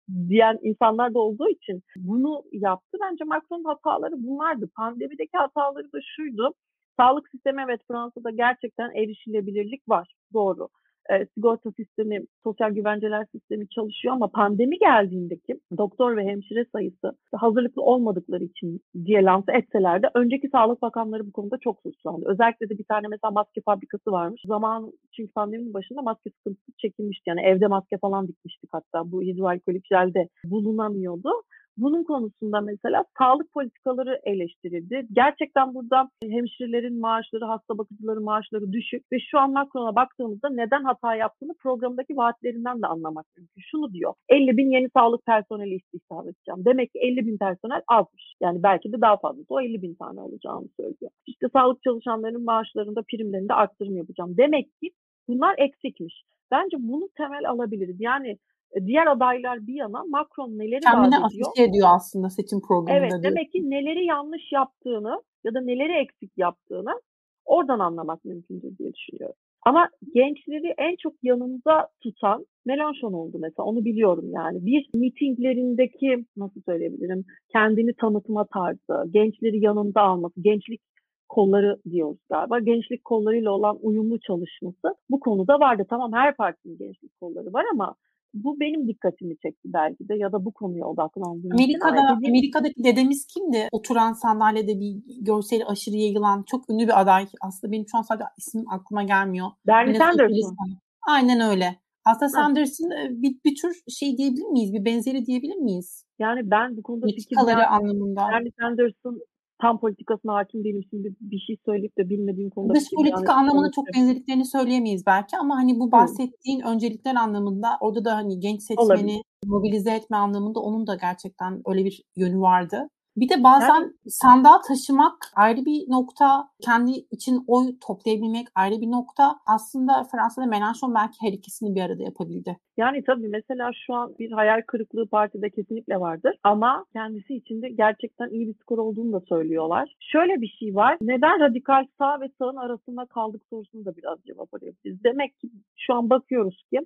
diyen insanlar da olduğu için bunu yaptı. Bence Macron'un hataları bunlardı. Pandemideki hataları da şuydu. Sağlık sistemi, evet, Fransa'da gerçekten erişilebilirlik var. Doğru. E, sigorta sistemi, sosyal güvenceler sistemi çalışıyor ama pandemi geldiğindeki doktor ve hemşire sayısı hazırlıklı olmadıkları için diye lanse etseler de önceki Sağlık Bakanları bu konuda çok suçlandı. Özellikle de bir tane mesela maske fabrikası varmış. Zaman, çünkü pandeminin başında maske sıkıntısı çekilmişti. Yani evde maske falan dikmiştik hatta. Bu hidroalkolik jelde bulunamıyordu. Bunun konusunda mesela sağlık politikaları eleştirildi. Gerçekten burada hemşirelerin maaşları, hasta bakıcıların maaşları düşük ve şu an Macron'a baktığımızda neden hata yaptığını programdaki vaatlerinden de anlamak mümkün. Şunu diyor, elli bin yeni sağlık personeli istihdam edeceğim. Demek ki elli bin personel azmış. Yani belki de daha fazla. O elli bin tane olacağını söylüyor. İşte sağlık çalışanlarının maaşlarında, primlerinde arttırım yapacağım. Demek ki bunlar eksikmiş. Bence bunu temel alabiliriz. Yani diğer adaylar bir yana Macron neleri Kendini vaat ediyor? afişe ediyor aslında seçim Evet, programında diyor. demek ki neleri yanlış yaptığını ya da neleri eksik yaptığını oradan anlamak mümkündür diye düşünüyorum. Ama gençleri en çok yanında tutan Mélenchon oldu mesela. Onu biliyorum yani. Bir mitinglerindeki, nasıl söyleyebilirim, kendini tanıtma tarzı, gençleri yanında alması, gençlik kolları diyoruz galiba. Gençlik kollarıyla olan uyumlu çalışması bu konuda vardı. Tamam, her partinin gençlik kolları var ama bu benim dikkatimi çekti belki de ya da bu konuya odaklandığım için. Ama Amerika'da dediğim Amerika'daki dedemiz kimdi? Oturan sandalyede bir görseli aşırı yayılan çok ünlü bir aday. Aslında benim şu an sadece isim aklıma gelmiyor. Bernie Yine Sanders sosyalist. mı? Aynen öyle. Aslında Heh. Sanders'ın e, bir, bir tür şey diyebilir miyiz? Bir benzeri diyebilir miyiz? Yani ben bu konuda fikir Politikaları beyan anlamında. Bernie Sanders'ın tam politikasına hakim değilim. Şimdi bir şey söyleyip de bilmediğim konuda Dış fikir beyan politika etmek anlamında çok isterim. benzerliklerini söyleyemeyiz belki ama hani bu Hı, bahsettiğin öncelikler anlamında orada da hani genç olabilir. seçmeni mobilize etme anlamında onun da gerçekten öyle bir yönü vardı. Bir de Yani bazen sandığa taşımak ayrı bir nokta, kendi için oy toplayabilmek ayrı bir nokta. Aslında Fransa'da Mélenchon belki her ikisini bir arada yapabildi. Yani tabii mesela şu an bir hayal kırıklığı partide kesinlikle vardır ama kendisi için de gerçekten iyi bir skor olduğunu da söylüyorlar. Şöyle bir şey var. Neden radikal sağ ve sağın arasında kaldık sorusunu da biraz cevap arayabiliriz. Demek ki şu an bakıyoruz ki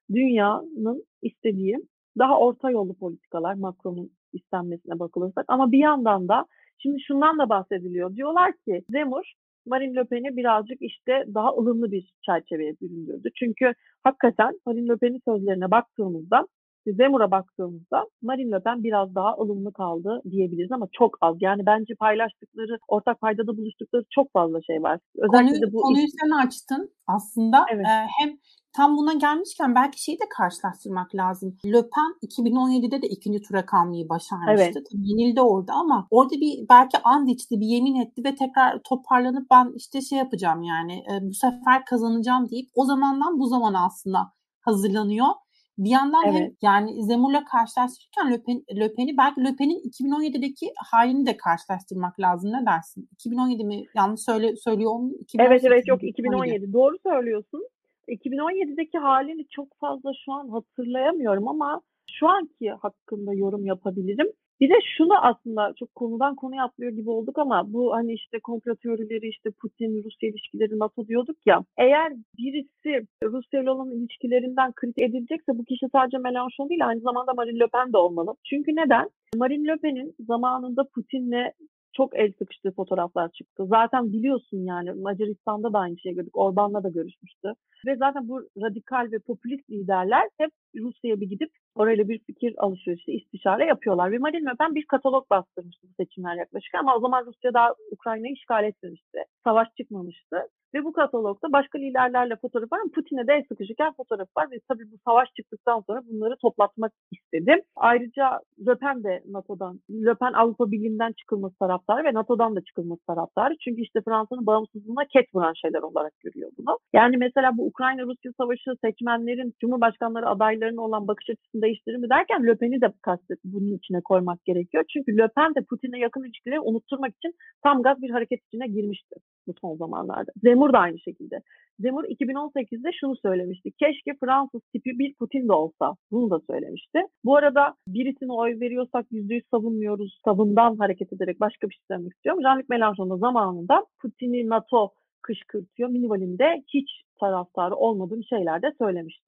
dünyanın istediği daha orta yollu politikalar, Macron'un istenmesine bakılırsak, ama bir yandan da şimdi şundan da bahsediliyor. Diyorlar ki Zemmour Marine Le Pen'i birazcık işte daha ılımlı bir çerçeveye büründürdü. Çünkü hakikaten Marine Le Pen'in sözlerine baktığımızda, Zemmour'a baktığımızda Marine Le Pen biraz daha ılımlı kaldı diyebiliriz ama çok az. Yani bence paylaştıkları, ortak paydada buluştukları çok fazla şey var. Özellikle Konuyu, de bu konuyu iş- sen açtın aslında. evet. Ee, hem tam buna gelmişken belki şeyi de karşılaştırmak lazım. Le Pen iki bin on yedide de ikinci tura kalmayı başarmıştı. Evet. Tabii yenildi orada ama orada bir belki and içti, bir yemin etti ve tekrar toparlanıp ben işte şey yapacağım yani e, bu sefer kazanacağım deyip o zamandan bu zamana aslında hazırlanıyor. Bir yandan hem Evet. yani Zemmour'la karşılaştırırken Le, Pen, Le Pen'i belki Le Pen'in iki bin on yedideki halini de karşılaştırmak lazım. Ne dersin? iki bin on yedi mi? Yanlış söyle, söylüyor mu? Evet, evet, iki bin on sekiz mi? yok, iki bin on yedi. iki bin on yedi. Doğru söylüyorsun. iki bin on yedideki halini çok fazla şu an hatırlayamıyorum ama şu anki hakkında yorum yapabilirim. Bir de şunu, aslında çok konudan konuya atlıyor gibi olduk ama bu hani işte komplo teorileri, işte Putin, Rusya ilişkileri, NATO diyorduk ya. Eğer birisi Rusya ile olan ilişkilerinden kritik edilecekse bu kişi sadece Mélenchon değil, aynı zamanda Marine Le Pen de olmalı. Çünkü neden? Marine Le Pen'in zamanında Putin'le çok el sıkıştığı fotoğraflar çıktı. Zaten biliyorsun yani Macaristan'da da aynı şeyi gördük. Orban'la da görüşmüştü. Ve zaten bu radikal ve popülist liderler hep Rusya'ya bir gidip orayla bir fikir alışverişi, istişare yapıyorlar. Ve Marine Le Pen bir katalog bastırmıştı bu seçimler yaklaşık ama o zaman Rusya daha Ukrayna'yı işgal etmemişti. Savaş çıkmamıştı. Ve bu katalogda başka liderlerle fotoğraf var ama Putin'e de el sıkışırken fotoğraf var ve tabii bu savaş çıktıktan sonra bunları toplatmak istedim. Ayrıca Le Pen de NATO'dan, Le Pen Avrupa Birliği'nden çıkılması taraftarı ve NATO'dan da çıkılması taraftarı. Çünkü işte Fransa'nın bağımsızlığına ket vuran şeyler olarak görüyor bunu. Yani mesela bu Ukrayna-Rusya savaşı seçmenlerin, Cumhurbaşkanları adaylarının olan bakış açısını değiştirir mi derken Le Pen'i de kastet, bunun içine koymak gerekiyor. Çünkü Le Pen de Putin'le yakın ilişkileri unutturmak için tam gaz bir hareket içine girmişti bu son zamanlarda. Zemmour da aynı şekilde. Zemmour iki bin on sekizde şunu söylemişti. Keşke Fransız tipi bir Putin de olsa. Bunu da söylemişti. Bu arada birisine oy veriyorsak yüzde yüz savunmuyoruz. Savundan hareket ederek başka bir şey söylemek istiyorum. Jean-Luc Mélenchon da zamanında Putin'i NATO kışkırtıyor minvalinde hiç taraftarı olmadığım şeyler de söylemişti.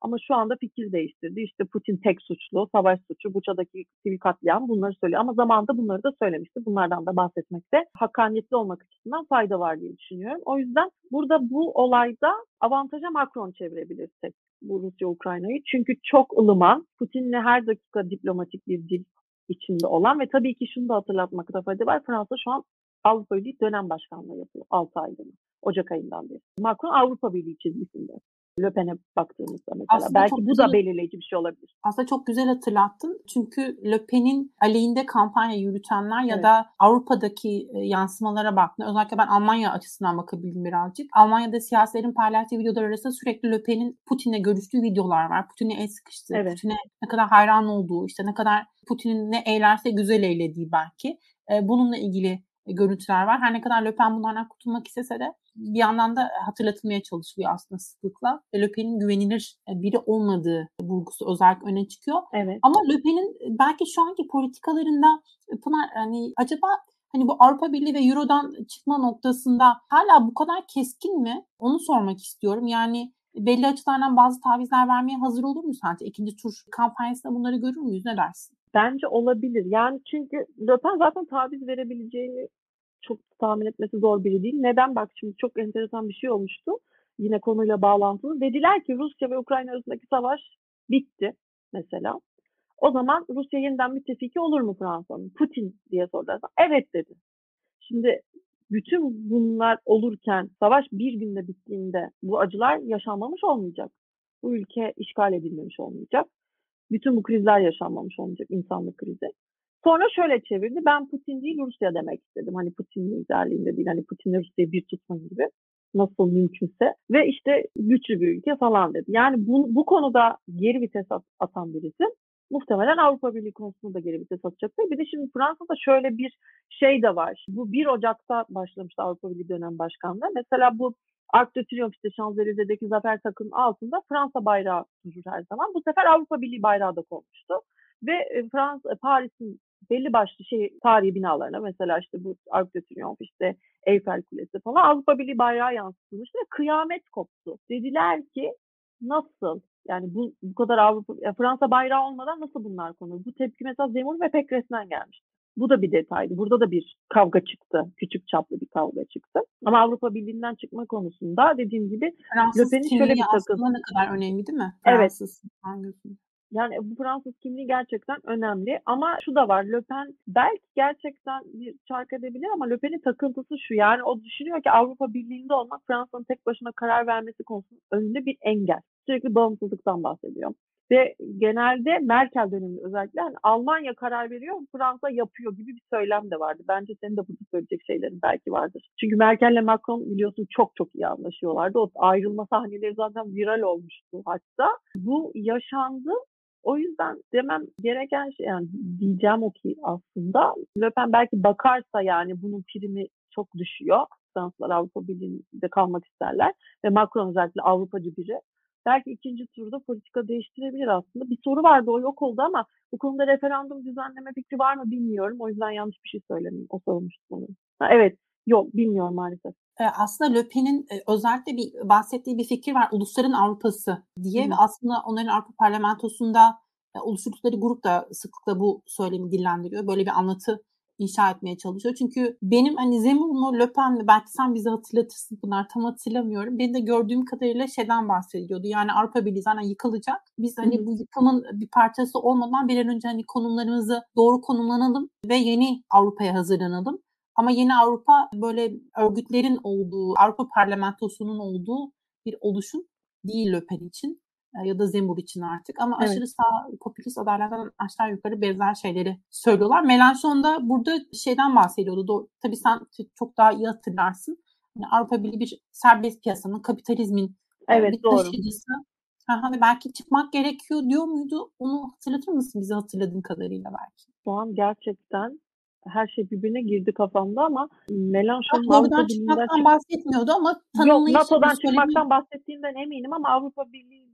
Ama şu anda fikir değiştirdi. İşte Putin tek suçlu, savaş suçu, Buça'daki sivil katliam bunları söylüyor. Ama zamanında bunları da söylemişti. Bunlardan da bahsetmekte hakkaniyetli olmak açısından fayda var diye düşünüyorum. O yüzden burada bu olayda avantaja Macron çevirebilirsek bu Rusya-Ukrayna'yı. Çünkü çok ılıman, Putin'le her dakika diplomatik bir dil içinde olan ve tabii ki şunu da hatırlatmakta fayda var. Fransa şu an Avrupa Birliği dönem başkanlığı yapıyor altı aydır. Ocak ayından beri. Macron Avrupa Birliği çizgisinde. Le Pen'e baktığımızda mesela. Aslında Belki çok bu güzel, da belirleyici bir şey olabilir. aslında çok güzel hatırlattın. Çünkü Le Pen'in aleyhinde kampanya yürütenler ya Evet. da Avrupa'daki e, yansımalara baktığında, özellikle ben Almanya açısından bakabildim birazcık. Almanya'da siyasilerin paylaştığı videolar arasında sürekli Le Pen'in Putin'le görüştüğü videolar var. Putin'e el sıkıştığı, Evet. Putin'e ne kadar hayran olduğu, işte ne kadar Putin'in ne eylerse güzel eylediği belki. E, bununla ilgili görüntüler var. Her ne kadar Le Pen bunlardan kurtulmak istese de bir yandan da hatırlatılmaya çalışılıyor aslında sıklıkla. Le Pen'in güvenilir biri olmadığı vurgusu özellikle öne çıkıyor. Evet. Ama Le Pen'in belki şu anki politikalarında Pınar, hani acaba hani bu Avrupa Birliği ve Euro'dan çıkma noktasında hala bu kadar keskin mi? Onu sormak istiyorum. Yani belli açılardan bazı tavizler vermeye hazır olur mu sence? İkinci tur kampanyasında bunları görür müyüz? Ne dersin? Bence olabilir. Yani çünkü Le Pen zaten taviz verebileceğini çok tahmin etmesi zor biri değil. Neden? Bak şimdi çok enteresan bir şey olmuştu. Yine konuyla bağlantılı. Dediler ki Rusya ve Ukrayna arasındaki savaş bitti mesela. O zaman Rusya yeniden müttefiki olur mu Fransa'nın? Putin diye sordular. Evet dedi. Şimdi bütün bunlar olurken savaş bir günde bittiğinde bu acılar yaşanmamış olmayacak. Bu ülke işgal edilmemiş olmayacak. Bütün bu krizler yaşanmamış olmayacak, insanlık krizi. Sonra şöyle çevirdi. Ben Putin değil Rusya demek istedim. Hani Putin'in liderliğinde değil. Hani Putin'le Rusya'yı bir tutmayın gibi. Nasıl mümkünse. Ve işte güçlü bir ülke falan dedi. Yani bu, bu konuda geri vites at, atan birisi muhtemelen Avrupa Birliği konusunda da geri vites atacaktır. Bir de şimdi Fransa'da şöyle bir şey de var. Bu bir Ocak'ta başlamıştı Avrupa Birliği dönem başkanlığı. Mesela bu Arc de Triomphe, işte Şanzelize'deki zafer takımının altında Fransa bayrağı durur her zaman. Bu sefer Avrupa Birliği bayrağı da konmuştu. Ve Fransa, Paris'in belli başlı şey tarihi binalarına, mesela işte bu Arc de Triomphe, işte Eyfel Kulesi falan Avrupa Birliği bayrağı yansıtılmıştı ve kıyamet koptu. Dediler ki nasıl? Yani bu bu kadar Avrupa, ya Fransa bayrağı olmadan nasıl bunlar konur? Bu tepki mesela Zemmour ve Pécresse'den gelmişti. Bu da bir detaydı. Burada da bir kavga çıktı. Küçük çaplı bir kavga çıktı. Ama Avrupa Birliği'nden çıkma konusunda dediğim gibi Le Fransız Pen'in şöyle kimliği bir takım. aslında ne kadar önemli değil mi? Evet. Fransız hangisi? Yani bu Fransız kimliği gerçekten önemli. Ama şu da var. Le Pen belki gerçekten bir çark edebilir ama Le Pen'in takıntısı şu. Yani o düşünüyor ki Avrupa Birliği'nde olmak Fransa'nın tek başına karar vermesi konusunda önünde bir engel. Sürekli bağımsızlıktan bahsediyor. Ve genelde Merkel döneminde özellikle hani Almanya karar veriyor, Fransa yapıyor gibi bir söylem de vardı. Bence senin de burada söyleyecek şeylerin belki vardır. Çünkü Merkel'le Macron biliyorsun çok çok iyi anlaşıyorlardı. O ayrılma sahneleri zaten viral olmuştu hatta. Bu yaşandı. O yüzden demem gereken şey, yani diyeceğim o ki aslında Le Pen belki bakarsa yani bunun primi çok düşüyor. Fransızlar Avrupa Birliği'nde kalmak isterler ve Macron özellikle Avrupacı biri. Belki ikinci turda politika değiştirebilir aslında. Bir soru vardı, o yok oldu ama bu konuda referandum düzenleme fikri var mı bilmiyorum. O yüzden yanlış bir şey söylemeyeyim. O sormuştu sanırım. Ha, evet, yok bilmiyorum maalesef. E, aslında Le Pen'in e, özellikle bir bahsettiği bir fikir var. Ulusların Avrupası diye. Hı hı. Ve aslında onların Avrupa Parlamentosu'nda e, oluşturdukları grup da sıklıkla bu söylemi dillendiriyor. Böyle bir anlatı inşa etmeye çalışıyor. Çünkü benim hani Zemmour mu Le Pen mi, belki sen bize hatırlatırsın, bunlar tam hatırlamıyorum. Benim de gördüğüm kadarıyla şeyden bahsediyordu. Yani Avrupa Birliği zaten yıkılacak. Biz hani hı hı. bu yıkımın bir parçası olmadan bir an önce hani konumlarımızı doğru konumlanalım ve yeni Avrupa'ya hazırlanalım. Ama yeni Avrupa böyle örgütlerin olduğu, Avrupa Parlamentosu'nun olduğu bir oluşum değil Le Pen için ya da Zemmour için artık. Ama evet. Aşırı sağ popülist adaylardan aşağı yukarı benzer şeyleri söylüyorlar. Mélenchon da burada şeyden bahsediyordu. Doğru, tabii sen çok daha iyi hatırlarsın. Yani Avrupa Birliği bir serbest piyasanın, kapitalizmin evet, bir doğru. taşıyıcısı. Aha, ve belki çıkmak gerekiyor diyor muydu? Onu hatırlatır mısın bize, hatırladığın kadarıyla belki? Şu an gerçekten her şey birbirine girdi kafamda ama Mélenchon'un NATO'dan Avrupa Birliği'nden çıkmaktan bahsetmiyordu ama yok, tanımlayıcı NATO'dan bir söylemi. çıkmaktan bahsettiğinden eminim ama Avrupa Birliği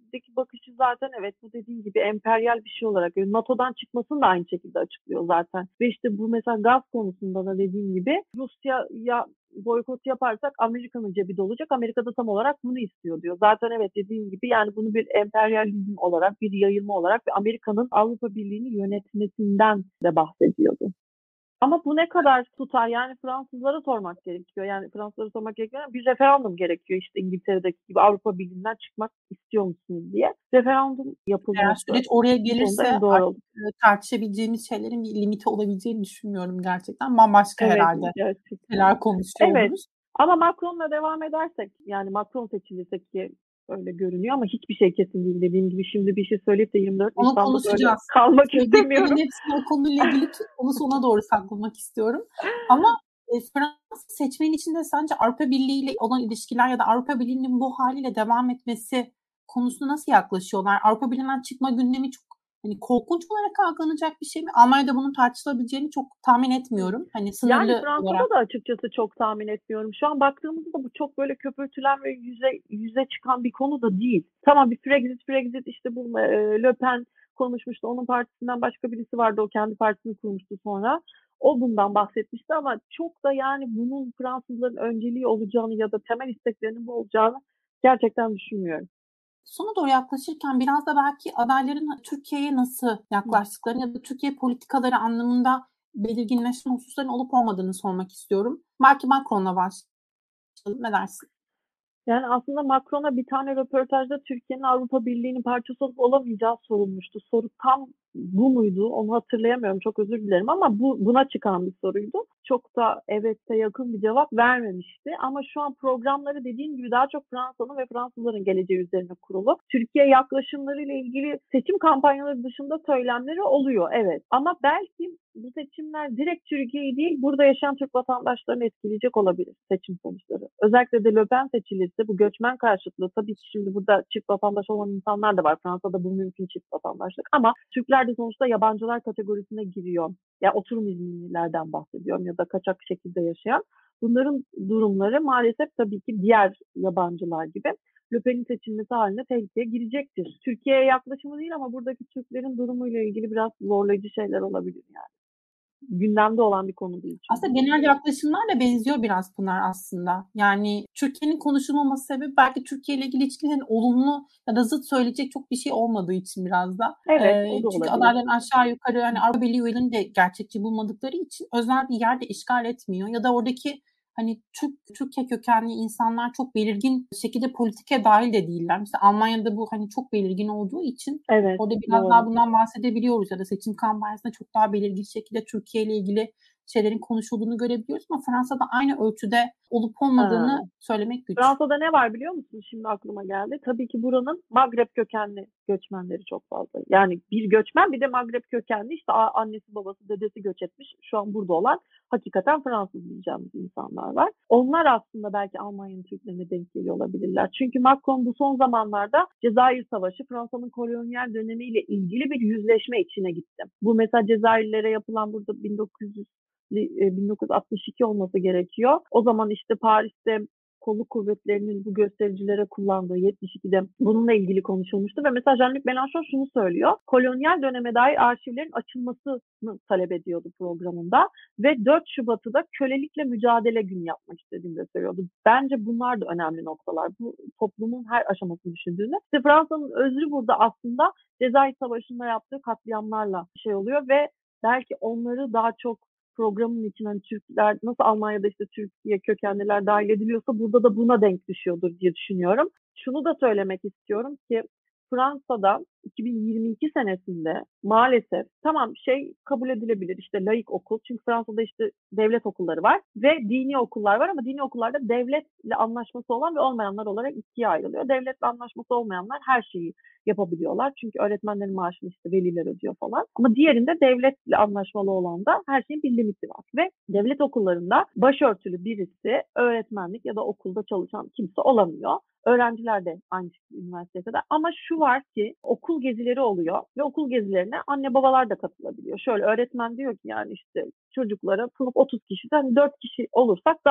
Brexit'teki bakışı zaten evet bu dediğin gibi emperyal bir şey olarak görüyor. NATO'dan çıkmasını da aynı şekilde açıklıyor zaten. Ve işte bu mesela gaz konusunda da dediğim gibi Rusya'ya boykot yaparsak Amerika'nın cebi dolacak. Amerika da tam olarak bunu istiyor diyor. Zaten evet dediğim gibi yani bunu bir emperyalizm olarak, bir yayılma olarak ve Amerika'nın Avrupa Birliği'ni yönetmesinden de bahsediyordu. Ama bu ne kadar tutar? Yani Fransızlara sormak gerekiyor. Yani Fransızlara sormak gerekiyor. Bir referandum gerekiyor işte İngiltere'deki gibi Avrupa Birliği'nden çıkmak istiyor musunuz diye. Referandum Eğer yapılması süreç oraya bu konuda gelirse en doğru olur. artık e, tartışabileceğimiz şeylerin bir limiti olabileceğini düşünmüyorum gerçekten. Bambaşka Evet, herhalde gerçekten. şeyler konuşuyor Evet. oluruz. Ama Macron'la devam edersek, yani Macron seçilirse ki öyle görünüyor ama hiçbir şey kesin değil dediğim gibi. Şimdi bir şey söyleyip de yirmi dört Onu Nisan'da böyle konuşacağız. kalmak Söylediklerinin istemiyorum. hepsini o konuyla ilgili tut, onu sona doğru saklamak istiyorum. Ama e, Fransız seçmeni için de sence Avrupa Birliği ile olan ilişkiler ya da Avrupa Birliği'nin bu haliyle devam etmesi konusuna nasıl yaklaşıyorlar? Avrupa Birliği'nden çıkma gündemi çok hani korkunç olarak algılanacak bir şey mi? Almanya'da bunun tartışılabileceğini çok tahmin etmiyorum. Hani Yani sınırlı olarak. Fransa'da da açıkçası çok tahmin etmiyorum. Şu an baktığımızda bu çok böyle köpürtülen ve yüze yüze çıkan bir konu da değil. Tamam bir Brexit, Brexit işte bu e, Le Pen konuşmuştu. Onun partisinden başka birisi vardı. O kendi partisini kurmuştu sonra. O bundan bahsetmişti ama çok da yani bunun Fransızların önceliği olacağını ya da temel isteklerinin bu olacağını gerçekten düşünmüyorum. Sona doğru yaklaşırken biraz da belki adayların Türkiye'ye nasıl yaklaştıklarını ya da Türkiye politikaları anlamında belirginleşen hususların olup olmadığını sormak istiyorum. Belki Macron'la başlayalım. Ne dersin? Yani aslında Macron'a bir tane röportajda Türkiye'nin Avrupa Birliği'nin parçası olup olamayacağı sorulmuştu. Soru tam bu muydu? Onu hatırlayamıyorum. Çok özür dilerim ama bu buna çıkan bir soruydu. Çok da evette yakın bir cevap vermemişti. Ama şu an programları dediğim gibi daha çok Fransa'nın ve Fransızların geleceği üzerine kurulu. Türkiye yaklaşımlarıyla ilgili seçim kampanyaları dışında söylemleri oluyor. Evet. Ama belki bu seçimler direkt Türkiye'yi değil, burada yaşayan Türk vatandaşlarını etkileyecek olabilir seçim sonuçları. Özellikle de Le Pen seçilirse bu göçmen karşıtlığı, tabii ki şimdi burada çift vatandaş olan insanlar da var. Fransa'da bu mümkün çift vatandaşlık. Ama Türkler de sonuçta yabancılar kategorisine giriyor. Ya oturum izinlilerden bahsediyorum ya da kaçak şekilde yaşayan. Bunların durumları maalesef tabii ki diğer yabancılar gibi Le Pen'in seçilmesi haline tehlikeye girecektir. Türkiye'ye yaklaşımı değil ama buradaki Türklerin durumuyla ilgili biraz zorlayıcı şeyler olabilir yani. Gündemde olan bir konu değil çünkü. Aslında genel yaklaşımlarla benziyor biraz Pınar aslında. Yani Türkiye'nin konuşulmaması sebebi belki Türkiye ile ilgili hiç kimsenin olumlu ya da zıt söyleyecek çok bir şey olmadığı için biraz da. Evet, o Ee, da çünkü olabilir. adayların aşağı yukarı hani Avrupa Birliği üyelerini de gerçekçi bulmadıkları için özel bir yerde işgal etmiyor. Ya da oradaki hani Türk, Türkiye kökenli insanlar çok belirgin şekilde politikaya dahil de değiller. Mesela Almanya'da bu hani çok belirgin olduğu için Evet, orada biraz daha doğru. bundan bahsedebiliyoruz ya da seçim kampanyasında çok daha belirgin şekilde Türkiye ile ilgili şeylerin konuşulduğunu görebiliyoruz ama Fransa'da aynı ölçüde olup Ha. olmadığını söylemek güç. Fransa'da ne var biliyor musun? Şimdi aklıma geldi. Tabii ki buranın Magreb kökenli göçmenleri çok fazla. Yani bir göçmen bir de Magreb kökenli işte annesi babası dedesi göç etmiş. Şu an burada olan hakikaten Fransız diyeceğimiz insanlar var. Onlar aslında belki Almanya'nın Türklerine denk geliyor olabilirler. Çünkü Macron bu son zamanlarda Cezayir Savaşı, Fransa'nın kolonyal dönemiyle ilgili bir yüzleşme içine gitti. Bu mesela Cezayirlilere yapılan burada bin dokuz yüz bin dokuz yüz altmış iki olması gerekiyor. O zaman işte Paris'te kolluk kuvvetlerinin bu göstericilere kullandığı yetmiş ikide bununla ilgili konuşulmuştu ve mesela Jean-Luc Mélenchon şunu söylüyor. Kolonyal döneme dair arşivlerin açılmasını talep ediyordu programında ve dört Şubat'ı da kölelikle mücadele günü yapmak istediğini de söylüyordu. Bence bunlar da önemli noktalar. Bu toplumun her aşamasını düşündüğünde. İşte Fransa'nın özrü burada aslında Cezayir Savaşı'nda yaptığı katliamlarla şey oluyor ve belki onları daha çok programın için hani Türkler nasıl Almanya'da işte Türkiye kökenliler dahil ediliyorsa burada da buna denk düşüyordur diye düşünüyorum. Şunu da söylemek istiyorum ki Fransa'da iki bin yirmi iki senesinde maalesef tamam şey kabul edilebilir işte laik okul çünkü Fransa'da işte devlet okulları var ve dini okullar var ama dini okullarda devletle anlaşması olan ve olmayanlar olarak ikiye ayrılıyor. Devletle anlaşması olmayanlar her şeyi yapabiliyorlar. Çünkü öğretmenlerin maaşını işte veliler ödüyor falan. Ama diğerinde devletle anlaşmalı olan da her şeyin bir limiti var. Ve devlet okullarında başörtülü birisi öğretmenlik ya da okulda çalışan kimse olamıyor. Öğrenciler de aynı şekilde üniversitede. Ama şu var ki okul gezileri oluyor ve okul gezilerine anne babalar da katılabiliyor. Şöyle öğretmen diyor ki yani işte çocuklara sınıf otuz kişiden dört kişi olursak daha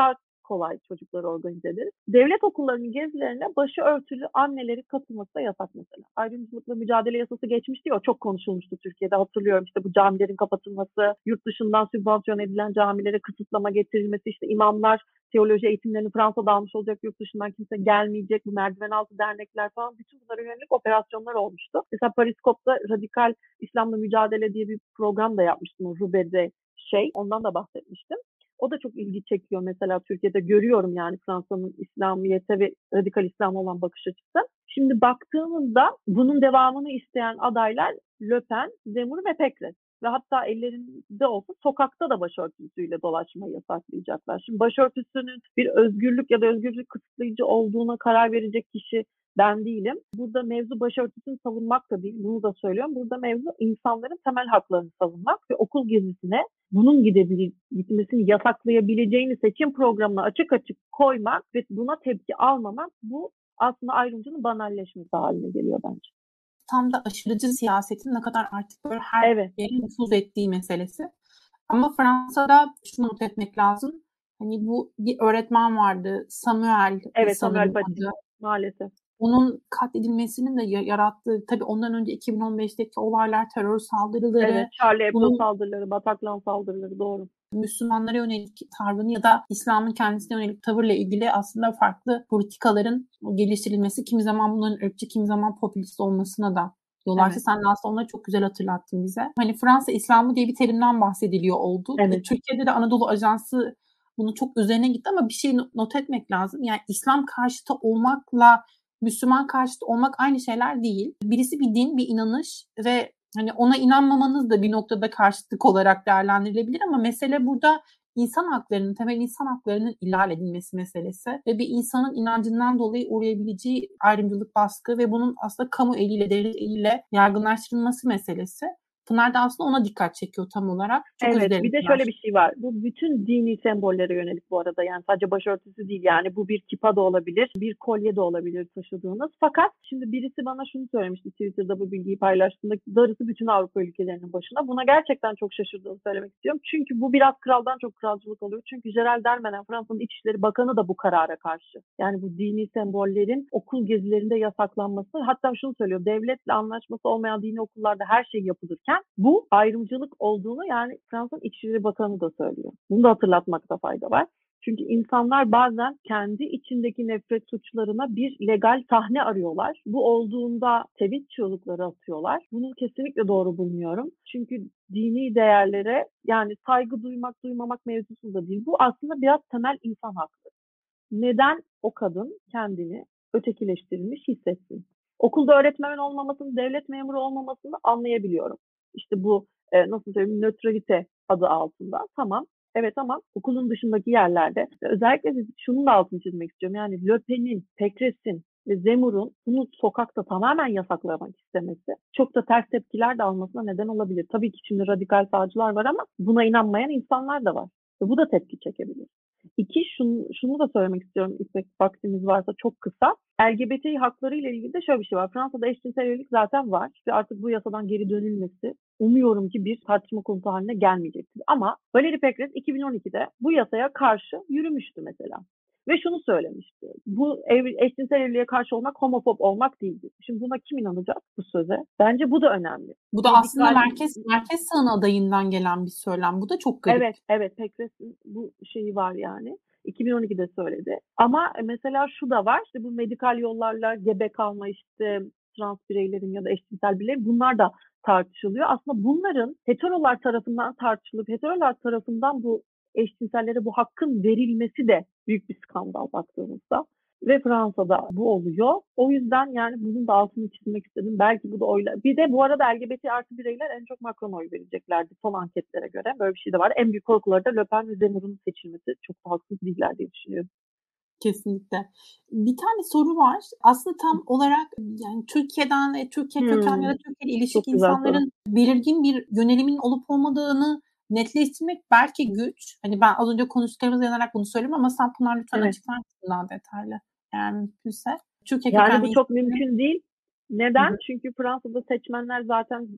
kolay çocukları organize ederiz. Devlet okullarının gezilerine başı örtülü anneleri katılması da yasak mesela. Ayrımcılıkla mücadele yasası geçmişti ya, o çok konuşulmuştu Türkiye'de, hatırlıyorum. İşte bu camilerin kapatılması, yurt dışından sübvansiyon edilen camilere kısıtlama getirilmesi, işte imamlar teoloji eğitimlerini Fransa'da almış olacak, yurt dışından kimse gelmeyecek, bu merdiven altı dernekler falan, bütün bunlara yönelik operasyonlar olmuştu. Mesela Periskop'ta Radikal İslam'la Mücadele diye bir program da yapmıştım, o Rube'de şey, ondan da bahsetmiştim. O da çok ilgi çekiyor mesela Türkiye'de, görüyorum yani Fransa'nın İslamiyete ve radikal İslam olan bakış açısı. Şimdi baktığımızda bunun devamını isteyen adaylar Le Pen, Zemmour ve Pécresse. Ve hatta ellerinde olsa sokakta da başörtüsüyle dolaşmayı yasaklayacaklar. Şimdi başörtüsünün bir özgürlük ya da özgürlük kısıtlayıcı olduğuna karar verecek kişi ben değilim. Burada mevzu başörtüsünü savunmak da değil, bunu da söylüyorum. Burada mevzu insanların temel haklarını savunmak ve okul gezisine bunun gidebilir, gitmesini yasaklayabileceğini seçim programına açık açık koymak ve buna tepki almamak, bu aslında ayrımcının banalleşmesi haline geliyor bence. Tam da aşırıcı siyasetin ne kadar artık böyle her Evet. yere nüfuz ettiği meselesi. Ama Fransa'da şunu not etmek lazım. Hani bu bir öğretmen vardı, Samuel Evet, sanırım Samuel Paty adı. maalesef. Onun katledilmesinin de yarattığı, tabii ondan önce iki bin on beşteki olaylar, terör saldırıları. Evet, Charlie Hebdo bunun saldırıları, Bataclan saldırıları, doğru. Müslümanlara yönelik tavrını ya da İslam'ın kendisine yönelik tavırla ilgili aslında farklı politikaların geliştirilmesi, kimi zaman bunların ırkçı, kimi zaman popülist olmasına da yol açtı. Evet. Sen de aslında onları çok güzel hatırlattın bize. Hani Fransa İslamı diye bir terimden bahsediliyor oldu. Evet. Türkiye'de de Anadolu Ajansı bunu çok üzerine gitti ama bir şey not etmek lazım. Yani İslam karşıtı olmakla Müslüman karşıtı olmak aynı şeyler değil. Birisi bir din, bir inanış ve hani ona inanmamanız da bir noktada karşıtlık olarak değerlendirilebilir ama mesele burada insan haklarının, temel insan haklarının ihlal edilmesi meselesi ve bir insanın inancından dolayı uğrayabileceği ayrımcılık, baskı ve bunun aslında kamu eliyle, devlet eliyle yaygınlaştırılması meselesi. Pınar da aslında ona dikkat çekiyor tam olarak. Çok evet, özlerim. Bir de şöyle bir şey var. Bu bütün dini sembollere yönelik bu arada. Yani sadece başörtüsü değil, yani bu bir kipa da olabilir, bir kolye de olabilir taşıdığınız. Fakat şimdi birisi bana şunu söylemişti Twitter'da bu bilgiyi paylaştığında, darısı bütün Avrupa ülkelerinin başına. Buna gerçekten çok şaşırdığımı söylemek istiyorum. Çünkü bu biraz kraldan çok kralcılık oluyor. Çünkü Gérald Darmanin, Fransa'nın İçişleri Bakanı da bu karara karşı. Yani bu dini sembollerin okul gezilerinde yasaklanması, hatta şunu söylüyor, devletle anlaşması olmayan dini okullarda her şey yapılırken bu ayrımcılık olduğunu yani Fransa'nın İçişleri Bakanı da söylüyor. Bunu da hatırlatmakta fayda var. Çünkü insanlar bazen kendi içindeki nefret suçlarına bir legal sahne arıyorlar. Bu olduğunda tweet çığlıkları atıyorlar. Bunu kesinlikle doğru bulmuyorum. Çünkü dini değerlere yani saygı duymak, duymamak mevzusu da değil. Bu aslında biraz temel insan hakkı. Neden o kadın kendini ötekileştirilmiş hissetsin? Okulda öğretmen olmamasını, devlet memuru olmamasını anlayabiliyorum. İşte bu e, nasıl söyleyeyim, nötralite adı altında. Tamam. Evet ama okulun dışındaki yerlerde özellikle şunun da altını çizmek istiyorum. Yani Le Pen'in, Pécresse'in ve Zemmour'un bunu sokakta tamamen yasaklamak istemesi çok da ters tepkiler de almasına neden olabilir. Tabii ki şimdi radikal sağcılar var ama buna inanmayan insanlar da var. Ve bu da tepki çekebilir. İki, şunu, şunu da söylemek istiyorum İpek, vaktimiz varsa çok kısa. L G B T hakları ile ilgili de şöyle bir şey var. Fransa'da eşcinsel evlilik zaten var ve artık bu yasadan geri dönülmesi umuyorum ki bir tartışma konusu haline gelmeyecektir. Ama Valérie Pécresse iki bin on ikide bu yasaya karşı yürümüştü mesela. Ve şunu söylemişti. Bu ev, eşcinsel evliliğe karşı olmak homofob olmak değildir. Şimdi buna kim inanacak bu söze? Bence bu da önemli. Bu da aslında Radikal... merkez merkez sağın adayından gelen bir söylem. Bu da çok garip. Evet, evet. Pécresse'in bu şeyi var yani. iki bin on ikide söyledi. Ama mesela şu da var. İşte bu medikal yollarla gebe kalma, işte trans bireylerin ya da eşcinsel bireylerin, bunlar da tartışılıyor. Aslında bunların heterolar tarafından tartışılıp heterolar tarafından bu eşcinsellere bu hakkın verilmesi de büyük bir skandal baktığımızda. Ve Fransa'da bu oluyor. O yüzden yani bunun da altını çizmek istedim. Belki bu da oyla. Bir de bu arada L G B T artı bireyler en çok Macron oy vereceklerdi son anketlere göre. Böyle bir şey de var. En büyük korkuları da Le Pen ve Zemmour'un seçilmesi. Çok da haksız değiller diye düşünüyorum. Kesinlikle. Bir tane soru var. Aslında tam olarak yani Türkiye'den ve Türkiye hmm. kökenli ya da Türkiye'yle ilişik insanların belirgin bir yönelimin olup olmadığını netleştirmek belki güç. Hani ben az önce konuştuklarımıza yanarak bunu söyleyeyim ama sen Pınar lütfen evet. açıklar mısın daha detaylı? Yani mümkünse. Türkiye yani bu çok mümkün değil. Neden? Hı-hı. Çünkü Fransa'da seçmenler zaten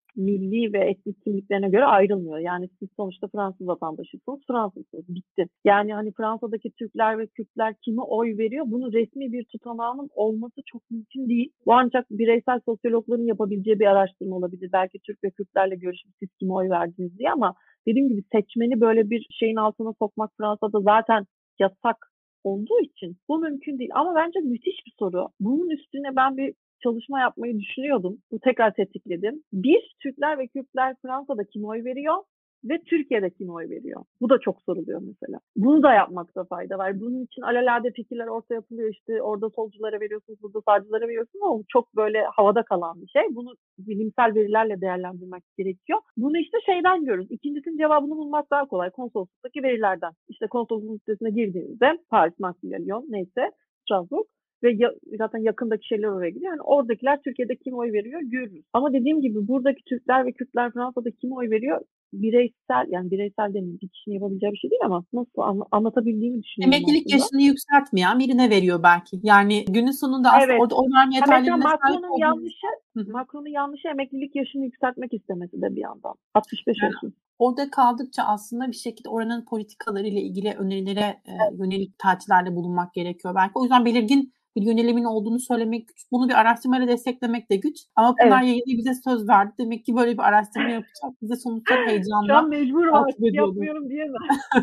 milli ve etnik kimliklerine göre ayrılmıyor. Yani siz sonuçta Fransız vatandaşısınız, Fransızsınız. Bitti. Yani hani Fransa'daki Türkler ve Kürtler kime oy veriyor? Bunun resmi bir tutanağının olması çok mümkün değil. Bu ancak bireysel sosyologların yapabileceği bir araştırma olabilir. Belki Türk ve Kürtlerle görüşüp siz kime oy verdiniz diye, ama dediğim gibi seçmeni böyle bir şeyin altına sokmak Fransa'da zaten yasak olduğu için bu mümkün değil. Ama bence müthiş bir soru. Bunun üstüne ben bir çalışma yapmayı düşünüyordum. Bu tekrar tetikledim. Bir, Türkler ve Kürtler Fransa'da kime oy veriyor ve Türkiye'de kime oy veriyor? Bu da çok soruluyor mesela. Bunu da yapmakta fayda var. Bunun için alelade fikirler ortaya yapılıyor. İşte orada solculara veriyorsunuz, burada sağcılara veriyorsunuz, ama çok böyle havada kalan bir şey. Bunu bilimsel verilerle değerlendirmek gerekiyor. Bunu işte şeyden görürüz. İkincisinin cevabını bulmak daha kolay. Konsolosluktaki verilerden. İşte konsolosluk sitesine girdiğinizde Paris, Marsilya, Lyon neyse Strasbourg ve ya, zaten yakındaki şeyler oraya gidiyor. Yani oradakiler Türkiye'de kim oy veriyor görürüz. Ama dediğim gibi buradaki Türkler ve Kürtler Fransa'da kim oy veriyor? Bireysel, yani bireysel demeyeyim, bir kişinin yapabileceği bir şey değil, ama nasıl anla, anlatabildiğimi düşünüyorum Emeklilik aslında. yaşını yükseltmeyen birine veriyor belki. Yani günün sonunda aslında Evet. orada oy verme Ha mesela yeterliliğine sahip Macron'un olduğumuzda yanlışı, hı hı. Macron'un yanlışı emeklilik yaşını yükseltmek istemesi de bir yandan. altmış beş Yani olsun. orada kaldıkça aslında bir şekilde oranın politikalarıyla ilgili önerilere e, yönelik tercihlerde bulunmak gerekiyor belki. O yüzden belirgin bir yönelimin olduğunu söylemek güç. Bunu bir araştırmayla desteklemek de güç. Ama Pınar Evet. Yayını bize söz verdi. Demek ki böyle bir araştırma yapacak. Bize sonuçları Şu an heyecanla mecburum, takip artık ediyorduk. yapmıyorum diyemem.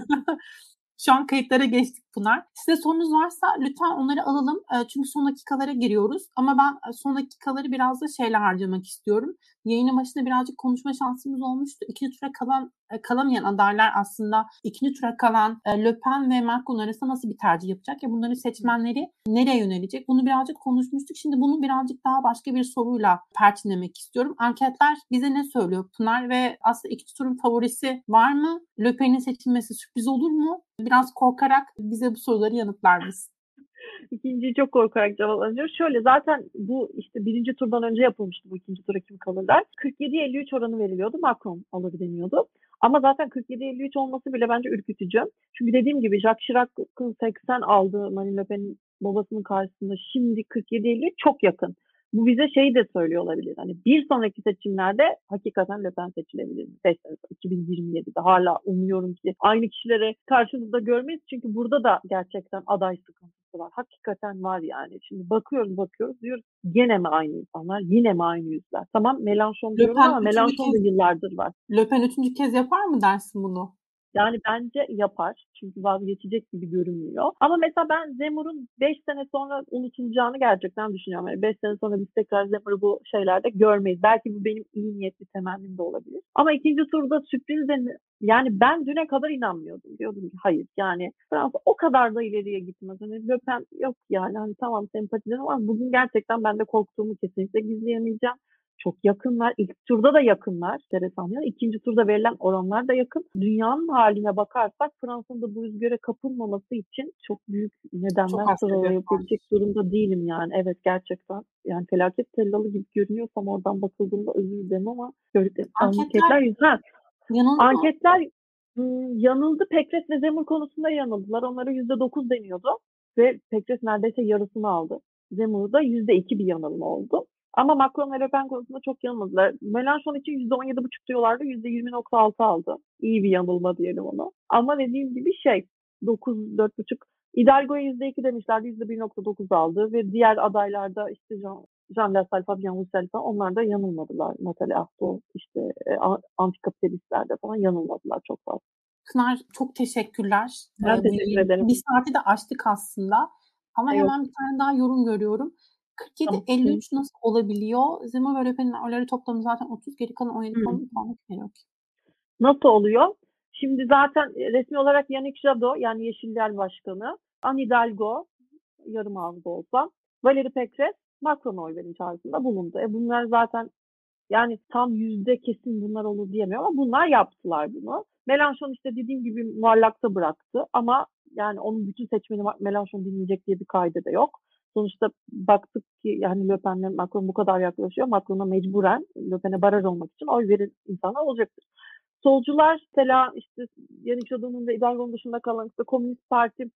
Şu an kayıtlara geçtik Pınar. Size sorunuz varsa lütfen onları alalım. E, çünkü son dakikalara giriyoruz. Ama ben son dakikaları biraz da şeyle harcamak istiyorum. Yayının başında birazcık konuşma şansımız olmuştu. İkinci tura kalan e, kalamayan adaylar aslında ikinci tura kalan e, Le Pen ve Macron arasında nasıl bir tercih yapacak ya bunların seçmenleri nereye yönelecek? Bunu birazcık konuşmuştuk. Şimdi bunu birazcık daha başka bir soruyla perçinlemek istiyorum. Anketler bize ne söylüyor Pınar ve aslında ikinci turun favorisi var mı? Le Pen'in seçilmesi sürpriz olur mu? Biraz korkarak bize bu soruları yanıtlar mısın? İkinciyi çok korkarak cevaplanıyor. Şöyle, zaten bu işte birinci turdan önce yapılmıştı bu ikinci tura kim kalırlar. kırk yedi elli üç oranı veriliyordu. Macron alır deniyordu. Ama zaten kırk yedi elli üç olması bile bence ürkütücü. Çünkü dediğim gibi Jacques Chirac'ın seksen aldığı Marine Le Pen'in babasının karşısında şimdi kırk yedi elli üç çok yakın. Bu bize şeyi de söylüyor olabilir. Hani bir sonraki seçimlerde hakikaten Le Pen seçilebilir. beş sene sonra iki bin yirmi yedide hala umuyorum ki aynı kişilere karşımızda görmeyiz. Çünkü burada da gerçekten aday sıkıntısı var. Hakikaten var yani. Şimdi bakıyoruz bakıyoruz diyoruz gene mi aynı insanlar? Yine mi aynı yüzler? Tamam Mélenchon Le diyoruz Pen ama üçüncü Mélenchon da kez yıllardır var. Le Pen üçüncü kez yapar mı dersin bunu? Yani bence yapar. Çünkü vazgeçecek gibi görünmüyor. Ama mesela ben Zemmour'un beş sene sonra unutulacağını gerçekten düşünüyorum. Yani beş sene sonra biz tekrar Zemmour'u bu şeylerde görmeyiz. Belki bu benim iyi niyetli temennim de olabilir. Ama ikinci turda sürpriz de, yani ben düne kadar inanmıyordum. Diyordum ki hayır, yani Fransa o kadar da ileriye gitmez. Hani Le Pen yok yani. Hani tamam sempatilerim ama bugün gerçekten ben de korktuğumu kesinlikle gizleyemeyeceğim. Çok yakınlar. İlk turda da yakınlar. Enteresan ya. İkinci turda verilen oranlar da yakın. Dünyanın haline bakarsak Fransa'nın da bu rüzgara kapılmaması için çok büyük nedenler Çok az sebep var. sıralayabilecek durumda değilim yani. Evet, gerçekten. Yani felaket tellalı gibi görünüyorsam oradan bakıldığında özür dilerim, ama gördüklerim Anketler anketler yüzden. yanıldı mı? Anketler ım, yanıldı. Pekres ve Zemur konusunda yanıldılar. Onlara yüzde dokuz deniyordu. Ve Pekres neredeyse yarısını aldı. Zemur'da yüzde iki bir yanılma oldu. Ama Macron ve Le Pen konusunda çok yanılmadılar. Mélenchon için yüzde on yedi buçuk diyorlardı. yüzde yirmi nokta altı aldı. İyi bir yanılma diyelim ona. Ama dediğim gibi şey dokuz dört buçuk. Hidalgo'ya yüzde iki demişlerdi. yüzde bir nokta dokuz aldı. Ve diğer adaylarda işte Jean, Jean Lassalle, Fabien Roussel falan, onlar da yanılmadılar. Natalie Arthaud, işte e, antikapitalistlerde falan yanılmadılar çok fazla. Pınar çok teşekkürler. Ben Ee, bu teşekkür yayın ederim. bir saati de aştık aslında. Ama Yok. hemen bir tane daha yorum görüyorum. Tamam. kırk yedi elli üç nasıl olabiliyor? Zemmour ve Le Pen'in oyları toplamı zaten otuz, geri kalan on yedi Hı. puanlık yok. Nasıl oluyor? Şimdi zaten resmi olarak Yannick Jadot, yani Yeşiller Başkanı, Anne Hidalgo, yarım ağızda olsa, Valérie Pécresse, Macron'a oy verin çağrısında bulundu. E bunlar zaten, yani tam yüzde kesin bunlar olur diyemiyorum ama bunlar yaptılar bunu. Mélenchon işte dediğim gibi muallakta bıraktı ama yani onun bütün seçmeni Mélenchon dinleyecek diye bir kaydı da yok. Sonuçta baktık ki yani Le Pen'le Macron bu kadar yaklaşıyor. Macron'a mecburen Le Pen'e baraj olmak için oy verin insanlar olacaktır. Solcular mesela işte Yannick Jadot'un ve Hidalgo'nun dışında kalan işte Komünist Parti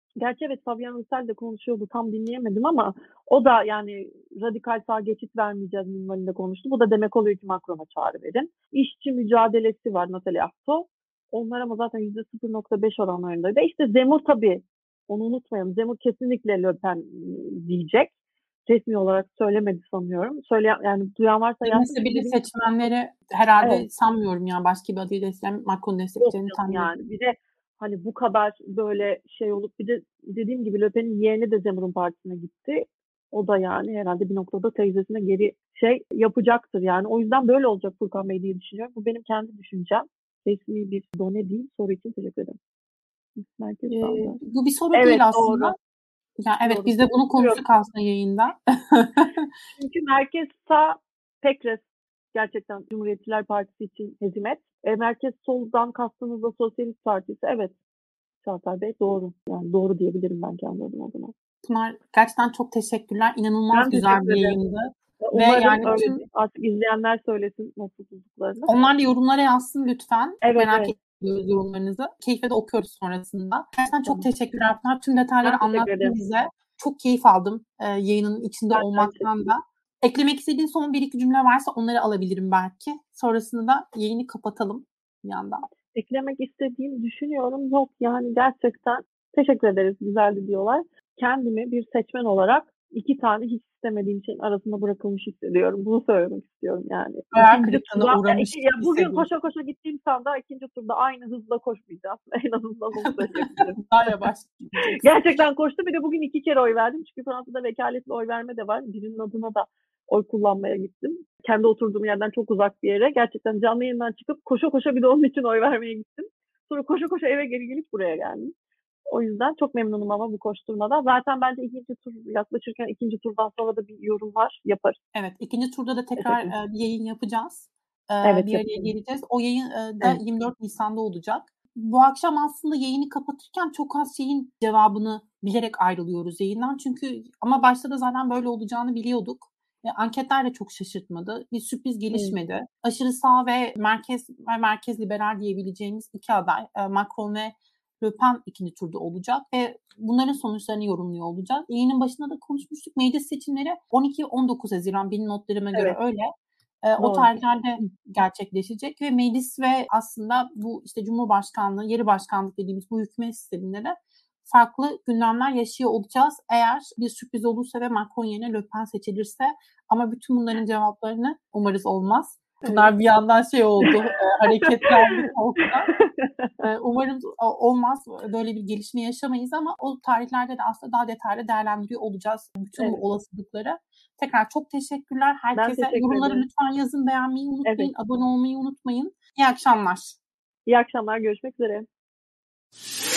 Gerçi evet, Fabian Roussel de konuşuyordu, tam dinleyemedim ama o da yani radikal sağ geçit vermeyeceğiz minvalinde konuştu. Bu da demek oluyor ki Macron'a çağrı verin. İşçi mücadelesi var, Nathalie Arthaud. Onlar ama zaten yüzde sıfır nokta beş oranlarındaydı. İşte Zemmour tabii, onu unutmayalım. Zemmour kesinlikle Le Pen diyecek. Resmi olarak söylemedi sanıyorum. Söyle, yani duyan varsa yapsın. Demese bile Dediğim gibi seçmenleri herhalde evet, sanmıyorum ya başka bir adayı destekleyen Macron yok destekleyeceğini canım tahmin ediyorum. yani. Bir de hani bu kadar böyle şey olup bir de dediğim gibi Le Pen'in yeğeni de Zemmour'un partisine gitti. O da yani herhalde bir noktada teyzesine geri şey yapacaktır yani. O yüzden böyle olacak Furkan Bey diye düşünüyorum. Bu benim kendi düşüncem. Resmi bir done değil. Soru için teşekkür ederim. Merkez Ee, sağlığı. bu bir soru Evet, değil doğru. aslında. Ya evet Doğru. biz de bunu Duruyorum. konuştuk aslında yayında. Çünkü merkez sağ Pekres gerçekten Cumhuriyetçiler Partisi için hezimet. E, merkez soldan kastınız da Sosyalist Partisi. Evet. Çağatay Bey doğru. Yani doğru diyebilirim ben kendi adıma buna. Pınar gerçekten çok teşekkürler. İnanılmaz Ben güzel teşekkür bir ederim. yayındı. Ve Umarım yani tüm öyledir. Artık izleyenler söylesin nasıl bulduklarını. onlar da yorumlara yazsın lütfen. Çok Evet, merak evet. ediyoruz yorumlarınızı. Keyifle de okuyoruz sonrasında. Gerçekten çok Tamam. teşekkürler Pınar. Tüm detayları Ben teşekkür anlattın ederim. bize. Çok keyif aldım e, yayının içinde Ben de aynı olmaktan şekilde. da. Eklemek istediğin son bir iki cümle varsa onları alabilirim belki. Sonrasında da yayını kapatalım bir yandan. Eklemek istediğim düşünüyorum. Yok yani gerçekten teşekkür ederiz. Güzeldi diyorlar. Kendimi bir seçmen olarak iki tane hiç istemediğim şeyin arasında bırakılmış hissediyorum. Bunu söylemek istiyorum yani. Hayal İkinci kırıklığına turda ya, uğramış iki, ya bugün hissediyorum. koşa koşa gittiğim sanda ikinci turda aynı hızla koşmayacağım. En azından onu söyleyebilirim. Daha yavaş gideceksin. Gerçekten koştu. Bir de bugün iki kere oy verdim. Çünkü Fransa'da vekaletli oy verme de var. Birinin adına da oy kullanmaya gittim. Kendi oturduğum yerden çok uzak bir yere. Gerçekten canlı yayından çıkıp koşa koşa bir de onun için oy vermeye gittim. Sonra koşa koşa eve geri gelip buraya geldim. O yüzden çok memnunum ama bu koşturmadan. Zaten bence ikinci tur yaklaşırken ikinci turdan sonra da bir yorum var. Yaparız. Evet, ikinci turda da tekrar e, bir yayın yapacağız. E, Evet, bir araya yapalım. geleceğiz. O yayın e, da Evet. yirmi dört Nisan'da olacak. Bu akşam aslında yayını kapatırken çok az şeyin cevabını bilerek ayrılıyoruz yayından. Çünkü ama başta da zaten böyle olacağını biliyorduk. E, anketler de çok şaşırtmadı. Bir sürpriz gelişmedi. Evet. Aşırı sağ ve merkez ve merkez liberal diyebileceğimiz iki aday e, Macron ve Le Pen ikinci turda olacak ve bunların sonuçlarını yorumluyor olacağız. Yayının başında da konuşmuştuk. Meclis seçimleri on iki on dokuz Haziran benim notlarıma göre Evet. öyle. E, o Doğru. tarihlerde gerçekleşecek ve meclis ve aslında bu işte Cumhurbaşkanlığı, yarı başkanlık dediğimiz bu hükümet sisteminde de farklı gündemler yaşıyor olacağız. Eğer bir sürpriz olursa ve Macron yerine Le Pen seçilirse ama bütün bunların cevaplarını umarız olmaz. Bunlar evet. Bir yandan şey oldu, e, hareketlendi korkudan. Umarım olmaz, böyle bir gelişme yaşamayız ama o tarihlerde de aslında daha detaylı değerlendiriyor olacağız bütün evet. bu olasılıkları. Tekrar çok teşekkürler. Herkese teşekkür yorumları ederim. Lütfen yazın, beğenmeyi unutmayın, evet. abone olmayı unutmayın. İyi akşamlar. İyi akşamlar, görüşmek üzere.